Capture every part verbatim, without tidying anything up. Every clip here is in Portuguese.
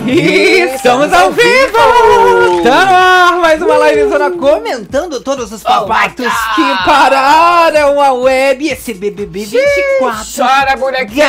E estamos ao vivo! Tá no ar, mais uma livezona comentando todos os papatos oh que pararam a web. Esse B B B vinte e quatro. Chora, bonequinha!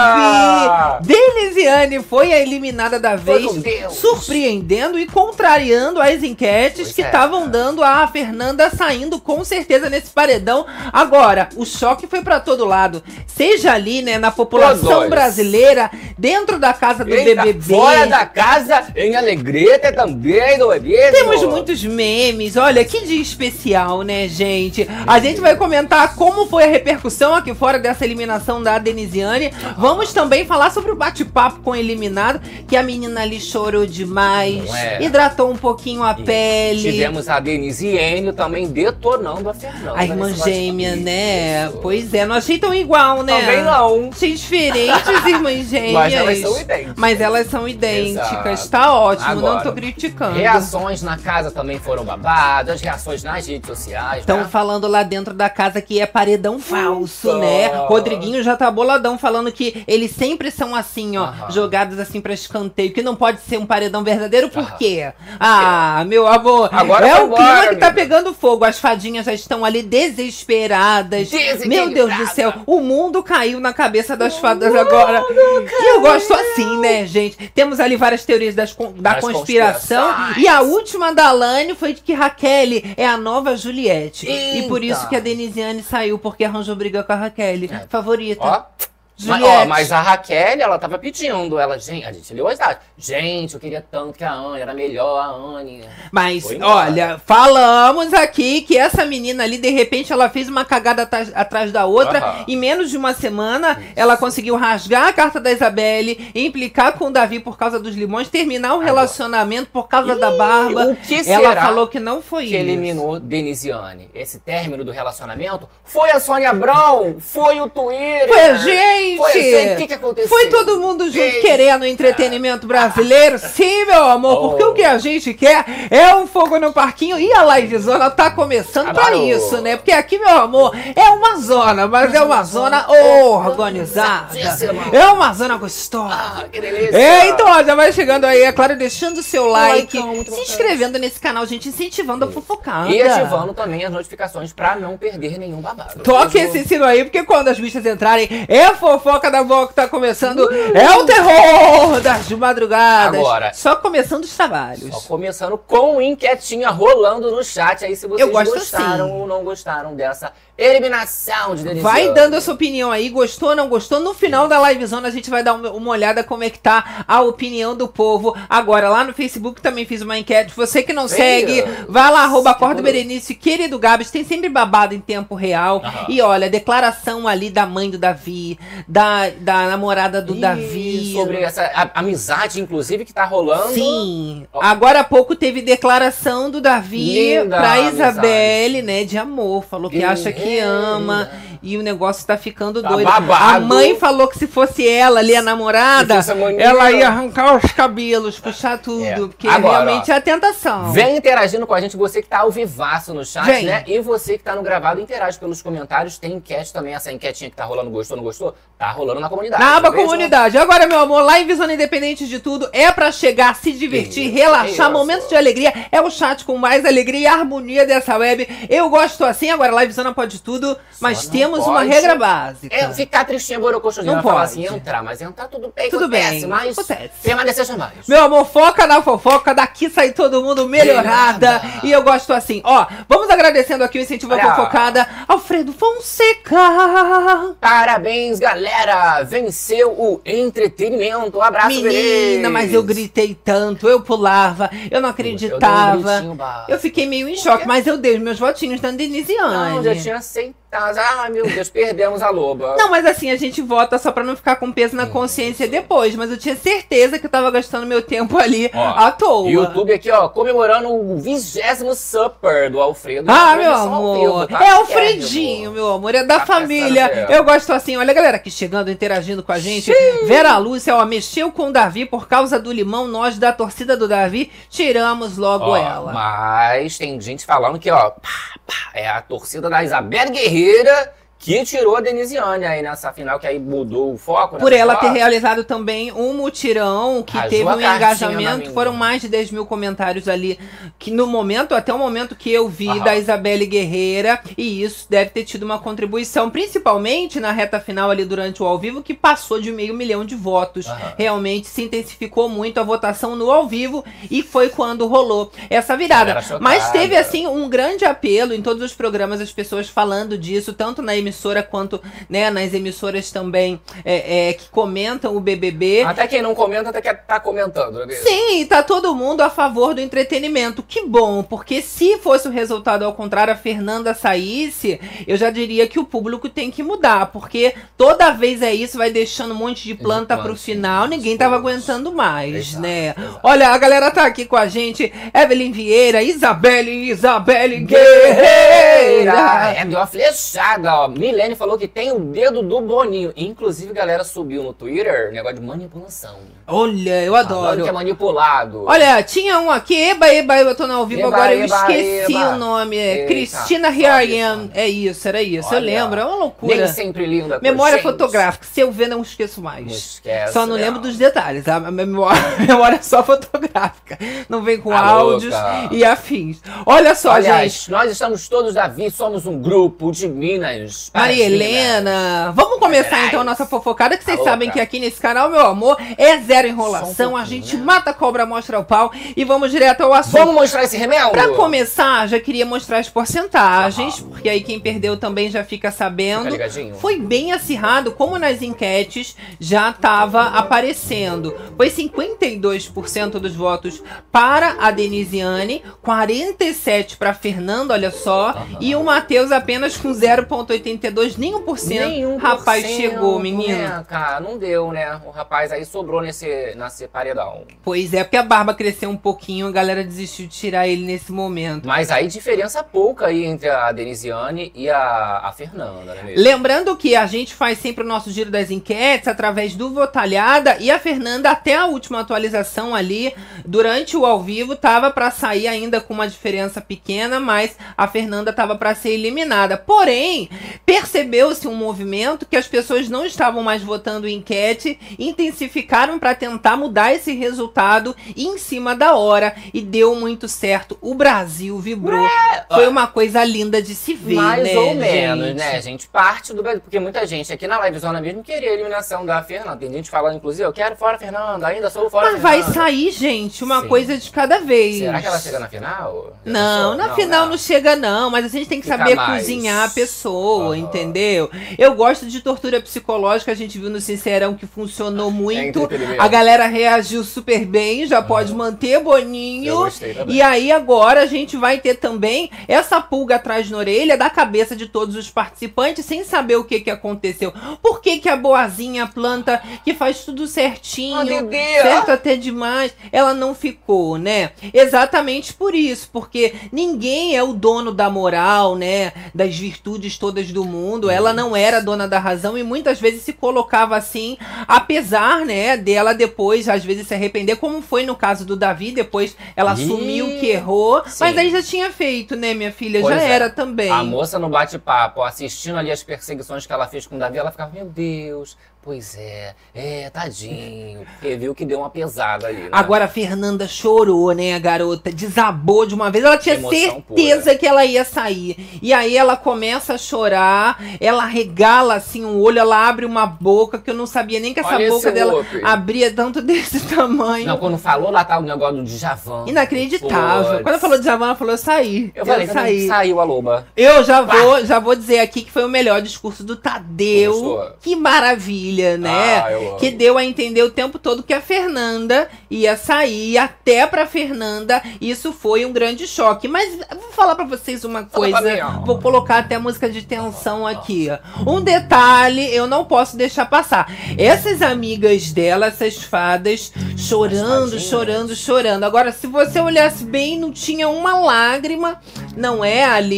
Gabi Denisiane foi a eliminada da vez, surpreendendo e contrariando as enquetes pois que estavam é. dando a Fernanda saindo com certeza nesse paredão. Agora, o choque foi pra todo lado. Seja ali, né, na população brasileira, dentro da casa do Eita, B B B. Fora da casa, em Alegreta também, não é mesmo? Temos muitos memes. Olha, que dia especial, né, gente? A gente vai comentar como foi a repercussão aqui fora dessa eliminação da Denisiane. Vamos também falar sobre o bate-papo com o eliminado, que a menina ali chorou demais, é. hidratou um pouquinho a e pele. Tivemos a Denisiane também detonando a Fernanda. A irmã gêmea, né? Isso. Pois é, não achei tão igual, né? Também não. Achei diferentes irmãs gêmeas. Mas elas são idênticas. Mas elas são idênticas. Exato. Tá ótimo, agora, não tô criticando. Reações na casa também foram babadas, reações nas redes sociais. Estão né? falando lá dentro da casa que é paredão falso, oh. né? Rodriguinho já tá boladão falando que eles sempre são assim, ó, uh-huh. jogados assim pra escanteio, que não pode ser um paredão verdadeiro, por uh-huh. quê? Ah, meu amor, agora é o embora, clima que tá pegando fogo. As fadinhas já estão ali desesperadas. Meu Deus do céu, o mundo caiu na cabeça das fadas agora. E eu gosto assim, né, gente? Temos ali várias teorias das, da As conspiração. E a última da Alane foi de que Raquel é a nova Juliette. Eita. E por isso que a Denisiane saiu, porque arranjou briga com a Raquel. É. Favorita. Ó. Mas, ó, mas a Raquel, ela tava pedindo, ela, gente, a gente leu as datas. Gente, eu queria tanto que a Anne, era melhor a Anne. Mas, olha, falamos aqui que essa menina ali, de repente, ela fez uma cagada atrás da outra. Uhum. Em menos de uma semana, Isso. ela conseguiu rasgar a carta da Isabelle, implicar com o Davi por causa dos limões, terminar o relacionamento por causa Ih, da barba. O que ela falou que não foi que isso. Que eliminou Denisiane. Esse término do relacionamento foi a Sônia Abrão, foi o Twitter. Foi a gente. Foi, assim, que que aconteceu? Foi todo mundo junto Eita. querendo o entretenimento brasileiro. Sim, meu amor, oh. porque o que a gente quer é um fogo no parquinho. E a livezona tá começando pra isso, né? Porque aqui, meu amor, é uma zona, mas é uma zona organizada. É uma zona gostosa. Ah, que delícia. É, então, ó, já vai chegando aí, é claro, deixando o seu like, like se inscrevendo nesse canal, gente, incentivando a fofocada. E ativando também as notificações pra não perder nenhum babado. Toque esse sino aí, porque quando as bichas entrarem, é a fofoca da avó que tá começando, uh, é o terror das madrugadas. Agora, só começando os trabalhos. Só começando com enquetinha rolando no chat aí, se vocês Eu gosto gostaram assim. ou não gostaram dessa eliminação de Denisiane. Vai dando a sua opinião aí, gostou ou não gostou? No final da livezona a gente vai dar uma olhada como é que tá a opinião do povo. Agora, lá no Facebook também fiz uma enquete. Você que não Ei, segue, vai lá, arroba Acorda Berenice, querido Gabs, tem sempre babado em tempo real. Uhum. E olha, declaração ali da mãe do Davi, da, da namorada do Ih, Davi. Sobre essa a, amizade, inclusive, que tá rolando. Sim. Oh. Agora há pouco teve declaração do Davi Linda pra Isabelle, né, de amor. Falou que acha que ama e o negócio tá ficando tá doido. Babado. A mãe falou que se fosse ela ali, a namorada, ela ia arrancar os cabelos, puxar tudo, é. porque Agora, realmente ó, é a tentação. Vem interagindo com a gente, você que tá ao vivaço no chat, vem. né? E você que tá no gravado, interage pelos comentários. Tem enquete também, essa enquetinha que tá rolando, gostou, não gostou? Tá rolando na comunidade. Na aba comunidade. Agora, meu amor, livezona independente de tudo, é pra chegar, se divertir, Isso. relaxar, Isso. momentos de alegria. É o chat com mais alegria e harmonia dessa web. Eu gosto assim, agora livezona pode tudo, mas Só temos uma regra básica. É ficar tristinha, borocochosinha, não pode falar assim, entrar, mas entrar tudo bem, tudo acontece, bem, mas acontece. Permanecer jamais. Meu amor, foca na fofoca, daqui sai todo mundo melhorada. E eu gosto assim, ó, vamos agradecendo aqui o incentivo à fofocada, Alfredo Fonseca. Parabéns, galera, venceu o entretenimento, um abraço, Menina, Berenice. mas eu gritei tanto, eu pulava, eu não acreditava. Eu, um eu fiquei meio em choque, mas eu dei os meus votinhos da Denisiane. Não, já tinha aceitado. Ah, meu Deus, perdemos a loba. Não, mas assim, a gente vota só pra não ficar com peso na consciência Isso. depois. Mas eu tinha certeza que eu tava gastando meu tempo ali ó, à toa. YouTube aqui, ó, comemorando o vigésimo Super do Alfredo. Ah, meu amor. Vivo, tá? É Alfredinho, é, meu amor. É da tá família. Eu gosto assim. Olha a galera aqui chegando, interagindo com a gente. Sim. Vera Lúcia, ó, mexeu com o Davi por causa do limão. Nós da torcida do Davi tiramos logo ó, ela. Mas tem gente falando que, ó, pá, pá, é a torcida da Isabelle Guerreira que tirou a Denisiane aí nessa final, que aí mudou o foco. Por ela ter realizado também um mutirão, que Rajou teve um a engajamento, foram mais de dez mil comentários ali, que no momento, até o momento que eu vi, Aham. da Isabelle Guerreira, e isso deve ter tido uma contribuição, principalmente na reta final ali durante o ao vivo, que passou de meio milhão de votos. Aham. Realmente se intensificou muito a votação no ao vivo, e foi quando rolou essa virada. Mas teve, assim, um grande apelo em todos os programas, as pessoas falando disso, tanto na emissora quanto, né, nas emissoras também é, é, que comentam o B B B. Até quem não comenta, até que tá comentando, né? Sim, tá todo mundo a favor do entretenimento. Que bom, porque se fosse o resultado ao contrário, a Fernanda saísse, eu já diria que o público tem que mudar, porque toda vez é isso, vai deixando um monte de planta pro final, ninguém tava aguentando mais, Exato, né? exato. Olha, a galera tá aqui com a gente, Evelyn Vieira, Isabelle, Isabelle Guerreira. É, deu uma flechada, ó. Milene falou que tem o dedo do Boninho. Inclusive, a galera subiu no Twitter, negócio de manipulação. Olha, eu Falando adoro. que é manipulado. Olha, tinha um aqui, eba, eba, eu tô no ao vivo Eba, agora, eu eba, esqueci eba. o nome. É Eita, Cristina sobe, Here I Am. sobe. É isso, era isso, eu Olha, lembro, é uma Nem loucura. sempre linda. Memória gente. fotográfica, se eu ver não esqueço mais. Não esquece, Só não não. lembro dos detalhes, a memória, a memória é só fotográfica. Não vem com Tá áudios louca. e afins. Olha só, Aliás, gente. nós estamos todos Davi, somos um grupo de Minas. para Maria as Minas. Helena, vamos começar Gerais. então a nossa fofocada, que vocês Tá sabem louca. que aqui nesse canal, meu amor, é zero Só enrolação, um a pouquinho, gente né? mata a cobra, mostra o pau e vamos direto ao assunto. Vamos mostrar esse remendo? Pra começar, já queria mostrar as porcentagens, porque aí quem perdeu também já fica sabendo. Fica ligadinho. Foi bem acirrado, como nas enquetes já estava aparecendo. Foi cinquenta e dois por cento dos votos para a Denisiane, quarenta e sete por cento para Fernanda, olha só, Aham. e o Matheus apenas com zero vírgula oitenta e dois, nem um por cento. Nenhum Rapaz, por cento, chegou, menino. Né, cara, não deu, né? O rapaz aí sobrou nesse, nesse paredão. Pois é, porque a barba cresceu um pouquinho, a galera desistiu de tirar ele nesse momento. Mas aí diferença pouca aí entre a Denisiane e a, a Fernanda, né mesmo? Lembrando que a gente faz sempre o nosso giro das enquetes através do Votalhada, e a Fernanda, até a última atualização ali, durante o ao vivo, tava para sair ainda com uma diferença pequena, mas a Fernanda tava para ser eliminada. Porém, percebeu-se um movimento que as pessoas não estavam mais votando em enquete, intensificaram para tentar mudar esse resultado em cima da hora, e deu muito certo. O Brasil vibrou. Foi uma coisa linda de se ver, Mais né, ou menos, gente? né, gente? Parte do Brasil. Porque muita gente aqui na livezona mesmo queria a eliminação da Fernanda. Tem gente falando, inclusive, eu quero fora a Fernanda, ainda sou fora a Mas vai Fernanda. sair, gente, uma Sim. coisa de cada vez. Será que ela chega na final? Já Não, pensou? na final né? não chega não, mas a gente tem que Fica saber mais. cozinhar a pessoa, Aham. entendeu? Eu gosto de tortura psicológica, a gente viu no Sincerão que funcionou muito, entretenimento. a galera reagiu super bem, já pode manter Eu Boninho, gostei também. e aí agora a gente vai ter também essa pulga atrás na orelha da cabeça de todos os participantes, sem saber o que que aconteceu. Por que que a boazinha, a planta, que faz tudo certinho, Ah, Dedê, certo até demais, ela não ficou, né? Exatamente por isso, porque ninguém é o dono da moral, né? Das virtudes todas do mundo. Ela não era dona da razão e muitas vezes se colocava assim, apesar, né, dela depois, às vezes, se arrepender, como foi no caso do Davi, depois ela Ih, assumiu que errou, sim. mas aí já tinha feito, né, minha filha? Pois já é. era também. A moça no bate-papo, assistindo ali as perseguições que ela fez com o Davi, ela ficava, meu Deus, pois é, é, tadinho. Porque viu que deu uma pesada ali, né? Agora a Fernanda chorou, né, a garota? Desabou de uma vez. Ela tinha Emoção certeza pura. que ela ia sair. E aí ela começa a chorar, ela regala assim um olho, ela abre uma boca que eu não sabia nem que essa Olha boca esse dela look. abria tanto desse tamanho. Não, quando falou lá tá o negócio do Djavan. Inacreditável. Puts. Quando ela falou de Djavan, ela falou, eu saí. Eu falei, eu também saí. saiu a loba. Eu já vou, já vou dizer aqui que foi o melhor discurso do Tadeu. Gostou? Que maravilha, né? Ah, eu amo. Que deu a entender o tempo todo que a Fernanda ia sair, até pra Fernanda isso foi um grande choque. Mas eu vou falar pra vocês uma Fala pra coisa, mim, ó. vou colocar até música de tensão aqui. ó. Um detalhe eu não posso deixar passar. Essas amigas dela, essas fadas, chorando, fadinhas. chorando, chorando. Agora, se você olhasse bem, não tinha uma lágrima, não é ali.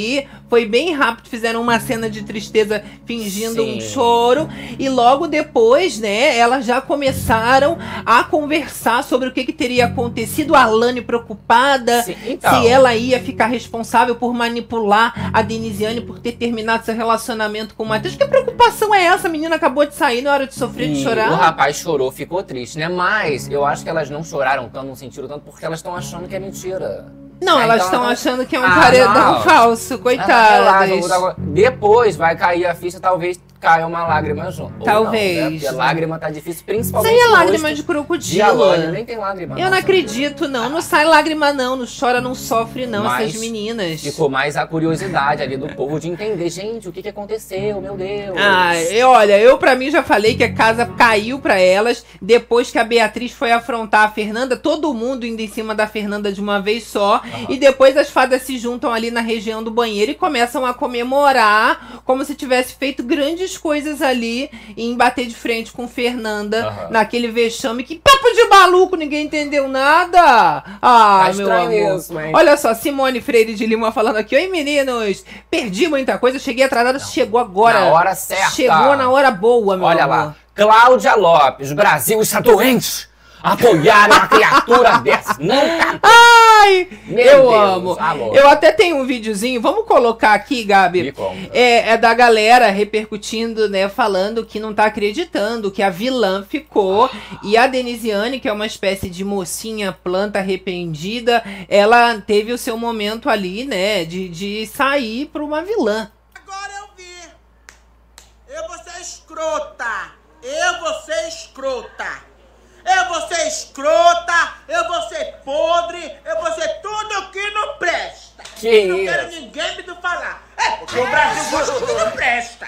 Foi bem rápido, fizeram uma cena de tristeza fingindo Sim. um choro. E logo depois, né, elas já começaram a conversar sobre o que, que teria acontecido. A Alane preocupada, Sim, então. se ela ia ficar responsável por manipular a Denisiane por ter terminado seu relacionamento com o Matheus. Que preocupação é essa? A menina acabou de sair na hora de sofrer, E de chorar. o rapaz chorou, ficou triste, né? Mas eu acho que elas não choraram tanto, não sentiram tanto, porque elas estão achando que é mentira. Não, É, elas então estão ela- achando que é um Ah, paredão não. falso, Ah, coitadas. relaxa, vou- depois vai cair a ficha, talvez caia uma lágrima junto. Ou Talvez. Não, né? Porque a lágrima tá difícil, principalmente Sem a no lágrima rosto de de crocodilo. Alane. Nem tem lágrima. Eu não acredito, não. Não sai lágrima, não. Não chora, não sofre, não. Mas Essas meninas. Ficou mais a curiosidade ali do povo de entender, gente, o que, que aconteceu, meu Deus. Ah, eu, olha, eu pra mim já falei que a casa caiu pra elas depois que a Beatriz foi afrontar a Fernanda, todo mundo indo em cima da Fernanda de uma vez só, Aham. e depois as fadas se juntam ali na região do banheiro e começam a comemorar como se tivesse feito grandes coisas ali em bater de frente com Fernanda Aham. naquele vexame. Que papo de maluco, ninguém entendeu nada. Ah, Tá meu estranho amor. isso, mas- Olha só, Simone Freire de Lima falando aqui. Oi, meninos. Perdi muita coisa, cheguei atrasada, chegou agora. Na hora certa. Chegou na hora boa, meu Olha amor. lá, Cláudia Lopes, Brasil está doente. Apoiar uma criatura dessa. Nunca. Ai, Meu eu Deus, amo. amor. Eu até tenho um videozinho, vamos colocar aqui, Gabi. Me conta. É, é da galera repercutindo, né, falando que não tá acreditando que a vilã ficou e a Denisiane, que é uma espécie de mocinha planta arrependida, ela teve o seu momento ali, né, de, de sair pra uma vilã. Agora eu vi. Eu vou ser escrota. Eu vou ser escrota. Eu vou ser escrota. Eu vou ser podre. Eu vou ser tudo que não presta. Que não isso? quero ninguém me falar. É porque o Brasil gosta do que não presta.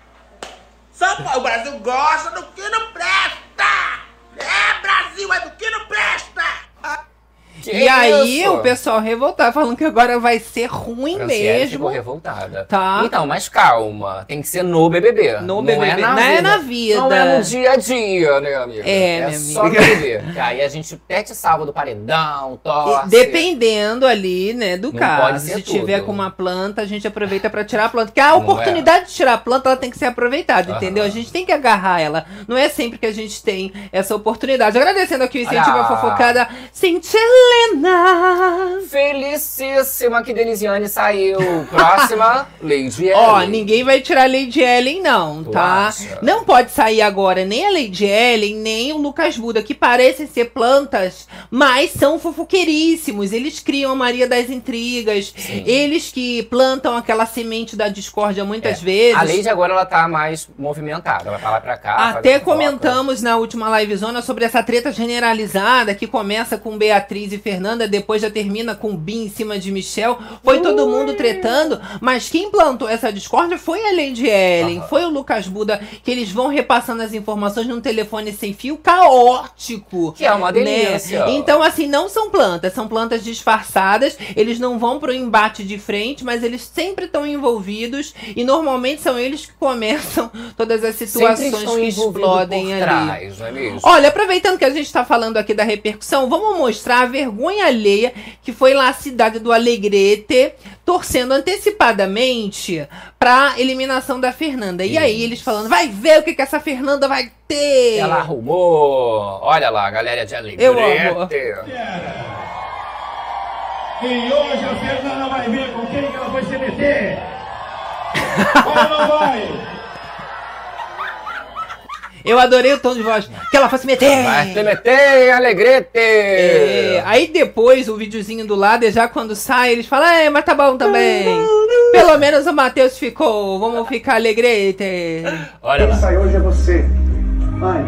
Só o Brasil gosta do que não presta. É, Brasil, é do que não presta. Que E aí isso? o pessoal revoltado, falando que agora vai ser ruim Franciele ficou mesmo. revoltada. Tá. Então, mas calma. Tem que ser no B B B. No não B B B. É na Não vida. é na vida. Não é no dia a dia, né, amiga? É, minha só no amiga. B B B. Que aí a gente até te salva do paredão, tosse. Dependendo ali, né, do Não caso. pode ser Se tiver tudo. com uma planta, a gente aproveita pra tirar a planta. Porque a Não oportunidade de tirar a planta, ela tem que ser aproveitada, Aham. entendeu? A gente tem que agarrar ela. Não é sempre que a gente tem essa oportunidade. Agradecendo aqui o incentivo Olha. à fofocada, Cintia Helena. Felicíssima que Denisiane saiu. Próxima, Lady Ellen. Ó, ninguém vai tirar a Lady Ellen, não, Tu tá? acha? Não pode sair agora nem a Lady Ellen, nem o Lucas Buda, que parecem ser plantas, mas são fofoqueiríssimos. Eles criam a Maria das Intrigas, Sim. eles que plantam aquela semente da discórdia muitas É. vezes. A Lady agora ela tá mais movimentada. Vai pra lá e pra cá. faz Até a fofoca. comentamos na última livezona sobre essa treta generalizada que começa com Beatriz e Fernanda, depois já termina com Bi em cima de Michel. Foi todo mundo tretando, mas quem plantou essa discórdia foi a Lady Ellen, Aham. foi o Lucas Buda, que eles vão repassando as informações num telefone sem fio caótico. Que é uma né? delícia. Então, assim, não são plantas, são plantas disfarçadas. Eles não vão pro embate de frente, mas eles sempre estão envolvidos e normalmente são eles que começam todas as Sempre situações estão que envolvidos explodem por ali. trás, não é mesmo? Olha, aproveitando que a gente tá falando aqui da repercussão, vamos mostrar a vergonha alheia que foi lá a cidade do Alegrete, torcendo antecipadamente pra eliminação da Fernanda. E aí eles falando, vai ver o que, que essa Fernanda vai ter. Ela arrumou. Olha lá, a galera de Alegrete. Eu amo. E hoje a Fernanda vai ver com quem que ela vai se meter. Vai ou não vai? Eu adorei o tom de voz. Que ela fosse meter. Vai se meter em Alegrete. É, aí depois o videozinho do lado, já quando sai, eles falam, é, mas tá bom também. Pelo menos o Matheus ficou, vamos ficar Alegrete. Olha Quem lá. sai hoje é você. Vai.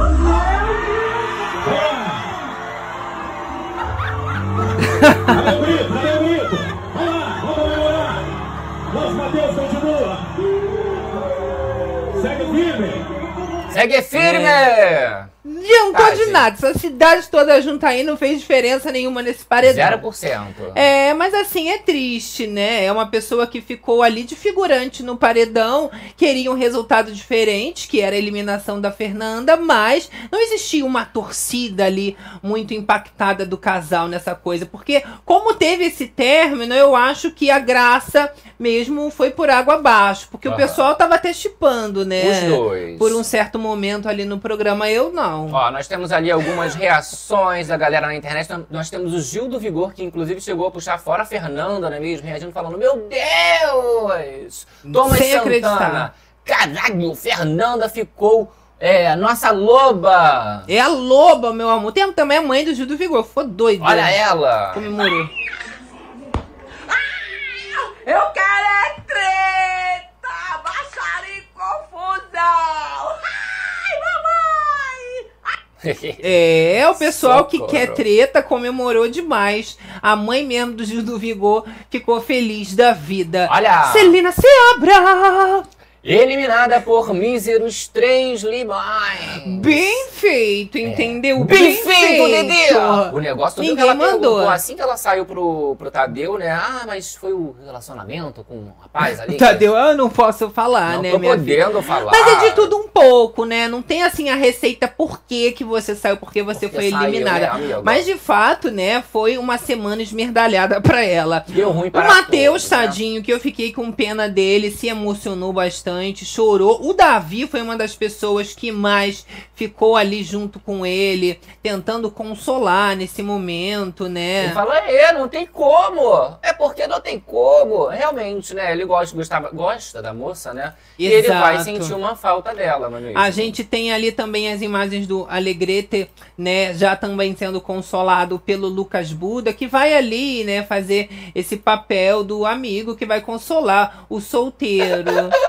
Valeu, Brito, valeu, Brito. Vai lá, vamos comemorar. Nosso Matheus continua. Segue firme. Segue firme. adiantou Tade. de nada. Essa cidade toda junta aí não fez diferença nenhuma nesse paredão. zero por cento. É, mas assim, é triste, né? É uma pessoa que ficou ali de figurante no paredão, queria um resultado diferente, que era a eliminação da Fernanda, mas não existia uma torcida ali muito impactada do casal nessa coisa, porque como teve esse término, eu acho que a graça mesmo foi por água abaixo, porque Aham. o pessoal tava até chipando, né? Os dois. Por um certo momento ali no programa, eu não. Ó, nós temos ali algumas reações da galera na internet. Nós temos o Gil do Vigor, que inclusive chegou a puxar fora a Fernanda, não é mesmo? Reagindo, falando, meu Deus! Thomas Sem Santana, acreditar. caralho, Fernanda ficou é, nossa loba! É a loba, meu amor. Tem também a mãe do Gil do Vigor, ficou doida. Olha ela! Comemorou. Eu quero é treta, baixaria e confusão. Ai, mamãe! É, o pessoal que Socorro. quer treta comemorou demais. A mãe mesmo do Gil do Vigor ficou feliz da vida. Olha! Celina Seabra! Eliminada por míseros três limões! Bem feito, entendeu? Bem feito, Dedê! O negócio todo que Ninguém ela mandou. perguntou assim que ela saiu pro, pro Tadeu, né? Ah, mas foi o relacionamento com o rapaz ali? Tadeu, eu não posso falar, Não né, tô minha filha? podendo falar. Mas é de tudo um pouco, né? Não tem assim a receita por que que você saiu, porque você Porque foi saiu, eliminada. né, amigo? Mas de fato, né, foi uma semana esmerdalhada pra ela. Deu ruim O para Matheus, todos, né? tadinho, que eu fiquei com pena dele, se emocionou bastante, chorou. O Davi foi uma das pessoas que mais ficou ali junto com ele, tentando consolar nesse momento, Ele né? fala, é, não tem como. É porque não tem como. Realmente, né? Ele gosta, gostava, gosta da moça, né? E ele vai Exato. sentir uma falta dela, não é mesmo? A gente tem ali também as imagens do Alegrete, né, já também sendo consolado pelo Lucas Buda, que vai ali, né, fazer esse papel do amigo que vai consolar o solteiro,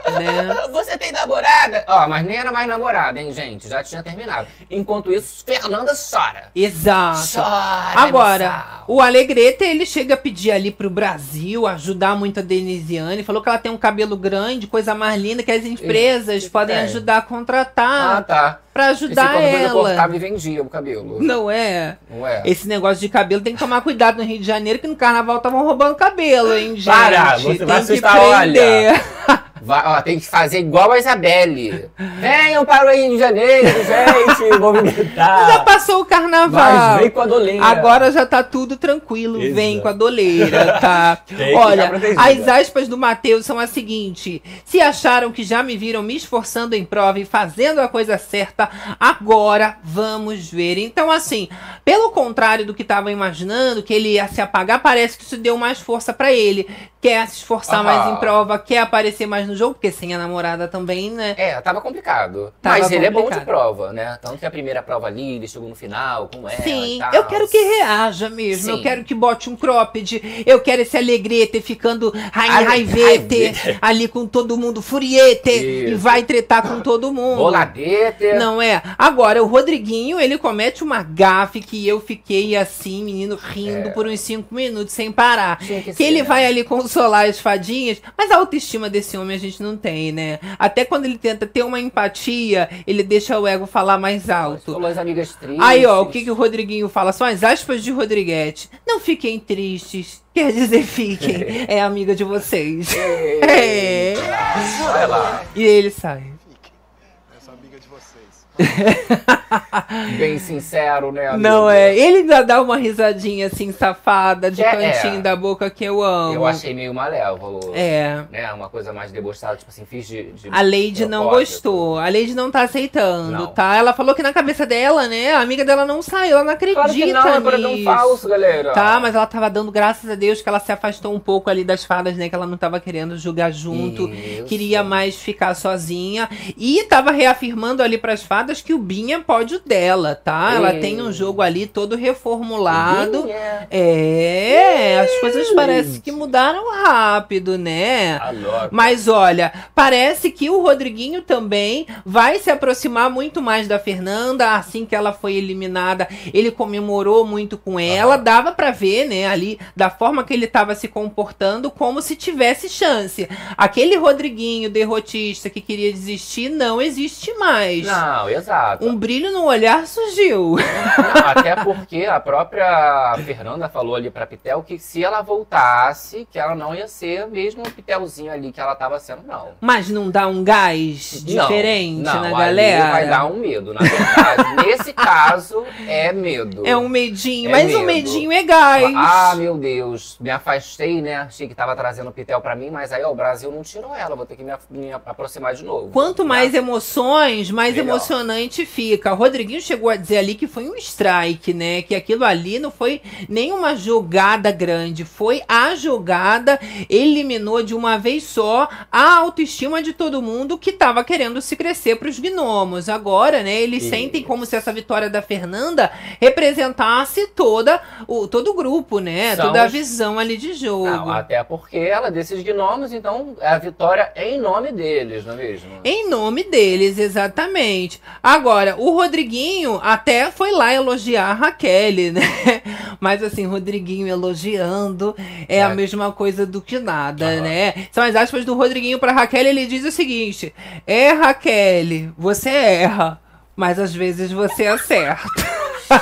né? Você tem namorada? Ó, mas nem era mais namorada, hein, gente? Já tinha terminado. Enquanto isso, Fernanda chora. Exato. Chora, Agora, emoção. o Alegrete, ele chega a pedir ali pro Brasil, ajudar muito a Denisiane, falou que ela tem um cabelo grande, coisa mais linda, que as empresas que podem tem? ajudar a contratar Ah, tá. pra ajudar Esse quando ela. cortava e vendia o cabelo. Não é? Não é? Esse negócio de cabelo tem que tomar cuidado no Rio de Janeiro, que no carnaval estavam roubando cabelo, hein, gente? Para, você tem vai que assustar, prender. Vai, ó, tem que fazer igual a Isabelle. Venham para o Rio de Janeiro, gente, movimentar. Já passou o carnaval. Mas vem com a doleira. Agora já tá tudo tranquilo. Exato. Vem com a doleira, tá? Tem que Olha, ficar protegida. as aspas do Matheus são as seguintes. Se acharam que já me viram me esforçando em prova e fazendo a coisa certa, agora vamos ver. Então, assim, pelo contrário do que estavam imaginando, que ele ia se apagar, parece que isso deu mais força pra ele. Quer se esforçar Aham. mais em prova, quer aparecer mais no jogo, porque sem a namorada também, né? É, tava complicado. Tava Mas ele é bom de complicado. prova, né? Tanto que a primeira prova ali, ele chegou no final com ela Sim, e tal. eu quero que reaja mesmo. Sim. Eu quero que bote um cropped. Eu quero esse Alegrete ficando Ale- rai- raivete raivete. ali com todo mundo, furiete. E Isso. vai tretar com todo mundo. Boladete. Não é? Agora, o Rodriguinho, ele comete uma gafe que eu fiquei assim, menino, rindo É. por uns cinco minutos sem parar. Tinha que Que ser, ele né? vai ali consolar as fadinhas, mas a autoestima desse homem a gente não tem, né? Até quando ele tenta ter uma empatia, ele deixa o ego falar mais alto. Falou as amigas tristes. Aí, ó, o que, que o Rodriguinho fala? São as aspas de Rodriguete. Não fiquem tristes. Quer dizer, fiquem. É amiga de vocês. É. Vai lá. E ele sai. Essa amiga de vocês. Bem sincero, né, amigo? Não é? Ele ainda dá uma risadinha assim, safada, de É, cantinho é. da boca que eu amo. Eu achei meio malévolo. É. Né, uma coisa mais debochada, tipo assim, fiz de, de A Lady não propósito. gostou. A Lady não tá aceitando, Não. tá? Ela falou que na cabeça dela, né? A amiga dela não saiu, ela não acredita Claro que não, é paredão nisso. falso, galera. Tá, mas ela tava dando graças a Deus que ela se afastou um pouco ali das fadas, né? Que ela não tava querendo jogar junto. Isso. Queria mais ficar sozinha. E tava reafirmando ali pras fadas que o Binha é pódio dela, tá? Ela Ei. tem um jogo ali todo reformulado. Binha. É, as coisas parecem que mudaram rápido, né? Tá louco. Mas olha, parece que o Rodriguinho também vai se aproximar muito mais da Fernanda. Assim que ela foi eliminada, ele comemorou muito com ela. Dava pra ver, né, ali, da forma que ele tava se comportando, como se tivesse chance. Aquele Rodriguinho derrotista que queria desistir, não existe mais. Não, Exato. Um brilho no olhar surgiu. Não, até porque a própria Fernanda falou ali pra Pitel que se ela voltasse, que ela não ia ser mesmo o Pitelzinho ali que ela tava sendo, não. Mas não dá um gás diferente não, não, na galera? Ali vai dar um medo, na verdade. Nesse caso, é medo. É um medinho, é mas medo. um medinho é gás. Ah, meu Deus, me afastei, né? Achei que tava trazendo o Pitel pra mim, mas aí ó, o Brasil não tirou ela, vou ter que me, me aproximar de novo. Quanto mais né? emoções, mais Melhor. emocionante fica. O Rodriguinho chegou a dizer ali que foi um strike, né? Que aquilo ali não foi nenhuma jogada grande, foi a jogada, eliminou de uma vez só a autoestima de todo mundo que tava querendo se crescer pros gnomos. Agora, né, eles Isso. sentem como se essa vitória da Fernanda representasse toda o, todo o grupo, né? São toda a os- visão ali de jogo. Não, até porque ela é desses gnomos, então a vitória é em nome deles, não é mesmo? Em nome deles, exatamente. Agora, o Rodriguinho até foi lá elogiar a Raquel, né? Mas assim, Rodriguinho elogiando é, É. a mesma coisa do que nada, Aham. né? São as aspas do Rodriguinho pra Raquel, ele diz o seguinte: é, Raquel, você erra, mas às vezes você acerta.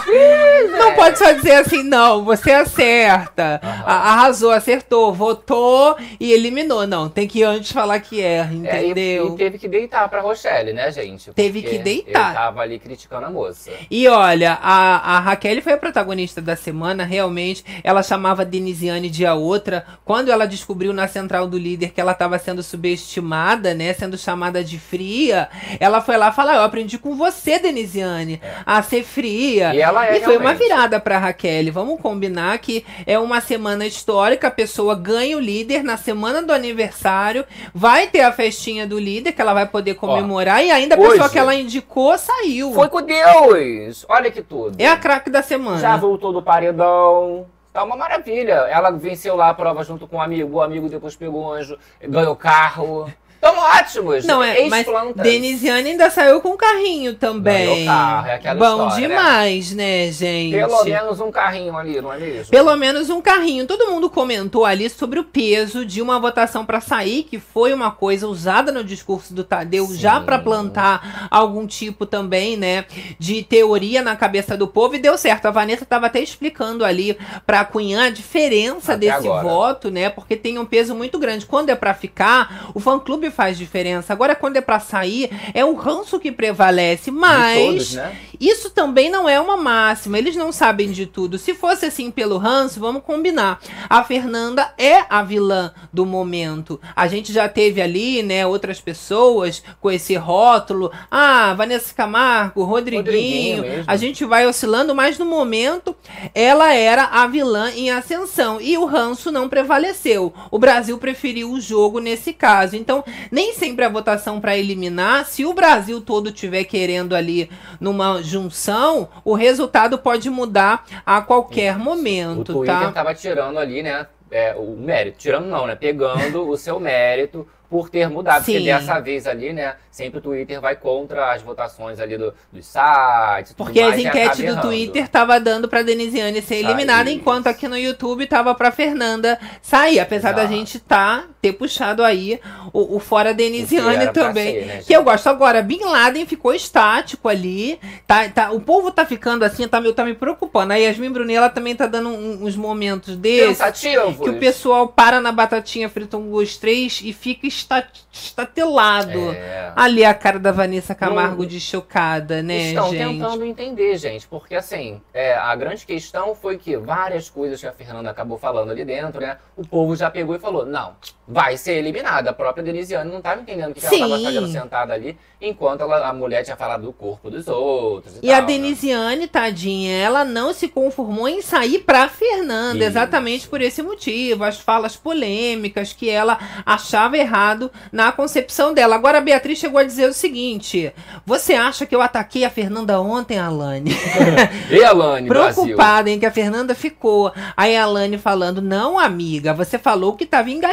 Não pode só dizer assim, não, você acerta. A- arrasou, acertou, votou e eliminou. Não, tem que antes falar que erra, É, e- entendeu? e, teve que deitar pra Rochelle, né, gente? Teve Porque que deitar. Eu tava ali criticando a moça. E olha, a, a Raquel foi a protagonista da semana, realmente. Ela chamava a Denisiane de a outra. Quando ela descobriu na central do líder que ela estava sendo subestimada, né? Sendo chamada de fria, ela foi lá falar: eu aprendi com você, Denisiane, a ser fria. E ela é E foi uma realmente. virada pra Raquel. Vamos combinar que é uma semana histórica. A pessoa ganha o líder na semana do aniversário. Vai ter a festinha do líder que ela vai poder comemorar. e ainda a pessoa hoje- que ela indicou saiu. Foi com Deus! Olha que tudo. É a craque da semana. Já voltou do paredão. Tá uma maravilha. Ela venceu lá a prova junto com um amigo. O amigo depois pegou o anjo, ganhou carro. Tão ótimos. Não, é, mas Ex-plantas. Denisiane ainda saiu com carrinho também. Ganhou carro, é aquela Bom história, demais, né, gente? Pelo menos um carrinho ali, não é mesmo? Pelo menos um carrinho. Todo mundo comentou ali sobre o peso de uma votação pra sair, que foi uma coisa usada no discurso do Tadeu Sim. já pra plantar algum tipo também, né, de teoria na cabeça do povo, e deu certo. A Vanessa tava até explicando ali pra Cunhã a diferença Até desse agora. voto, né, porque tem um peso muito grande. Quando é pra ficar, o fã-clube faz diferença. Agora, quando é pra sair, é o ranço que prevalece, mas De todos, né? isso também não é uma máxima, eles não sabem de tudo. Se fosse assim pelo ranço, vamos combinar. A Fernanda é a vilã do momento. A gente já teve ali, né, outras pessoas com esse rótulo. Ah, Vanessa Camargo, Rodriguinho. Rodriguinho mesmo. A gente vai oscilando, mas no momento ela era a vilã em ascensão. E o ranço não prevaleceu. O Brasil preferiu o jogo nesse caso. Então, nem sempre a votação para eliminar, se o Brasil todo estiver querendo ali numa junção, o resultado pode mudar a qualquer O momento, Twitter tá? tava tirando ali, né? É, o mérito. Tirando não, né? Pegando o seu mérito por ter mudado. Sim. Porque dessa vez ali, né? Sempre o Twitter vai contra as votações ali do, dos sites. e tudo Porque mais, as e acaba enquetes do errando. Twitter tava dando pra Denisiane ser eliminada, Isso. enquanto aqui no YouTube tava pra Fernanda sair. Apesar da Exato. gente tá, ter puxado aí o, o fora O que Denisiane era pra também. ser, né, que eu gente? gosto. Agora, Bin Laden ficou estático ali. Tá, tá, o povo tá ficando assim, tá, me- tá me preocupando. A Yasmin Brunet, ela também tá dando um- uns momentos desses. Pensativos. Que o pessoal para na batatinha frita um, dois, três e fica esta- estatelado. É. Ali a cara da Vanessa Camargo Não- de chocada, né, Estão gente? tentando entender, gente, porque assim, é, a grande questão foi que várias coisas que a Fernanda acabou falando ali dentro, né? O povo já pegou e falou, não, vai ser eliminada. A própria Denisiane não estava entendendo o que, que ela Sim. estava fazendo sentada ali, enquanto ela- a mulher tinha falado do corpo dos outros e, E a tal, né? Denisiane, tadinha, ela não se conformou em sair pra Fernanda, Isso. exatamente por esse motivo, as falas polêmicas que ela achava errado na concepção dela. Agora a Beatriz chegou a dizer o seguinte: você acha que eu ataquei a Fernanda ontem, Alane? E a Alane, Brasil? Preocupada em que a Fernanda ficou. Aí a Alane falando: não, amiga, você falou que tava engasgada.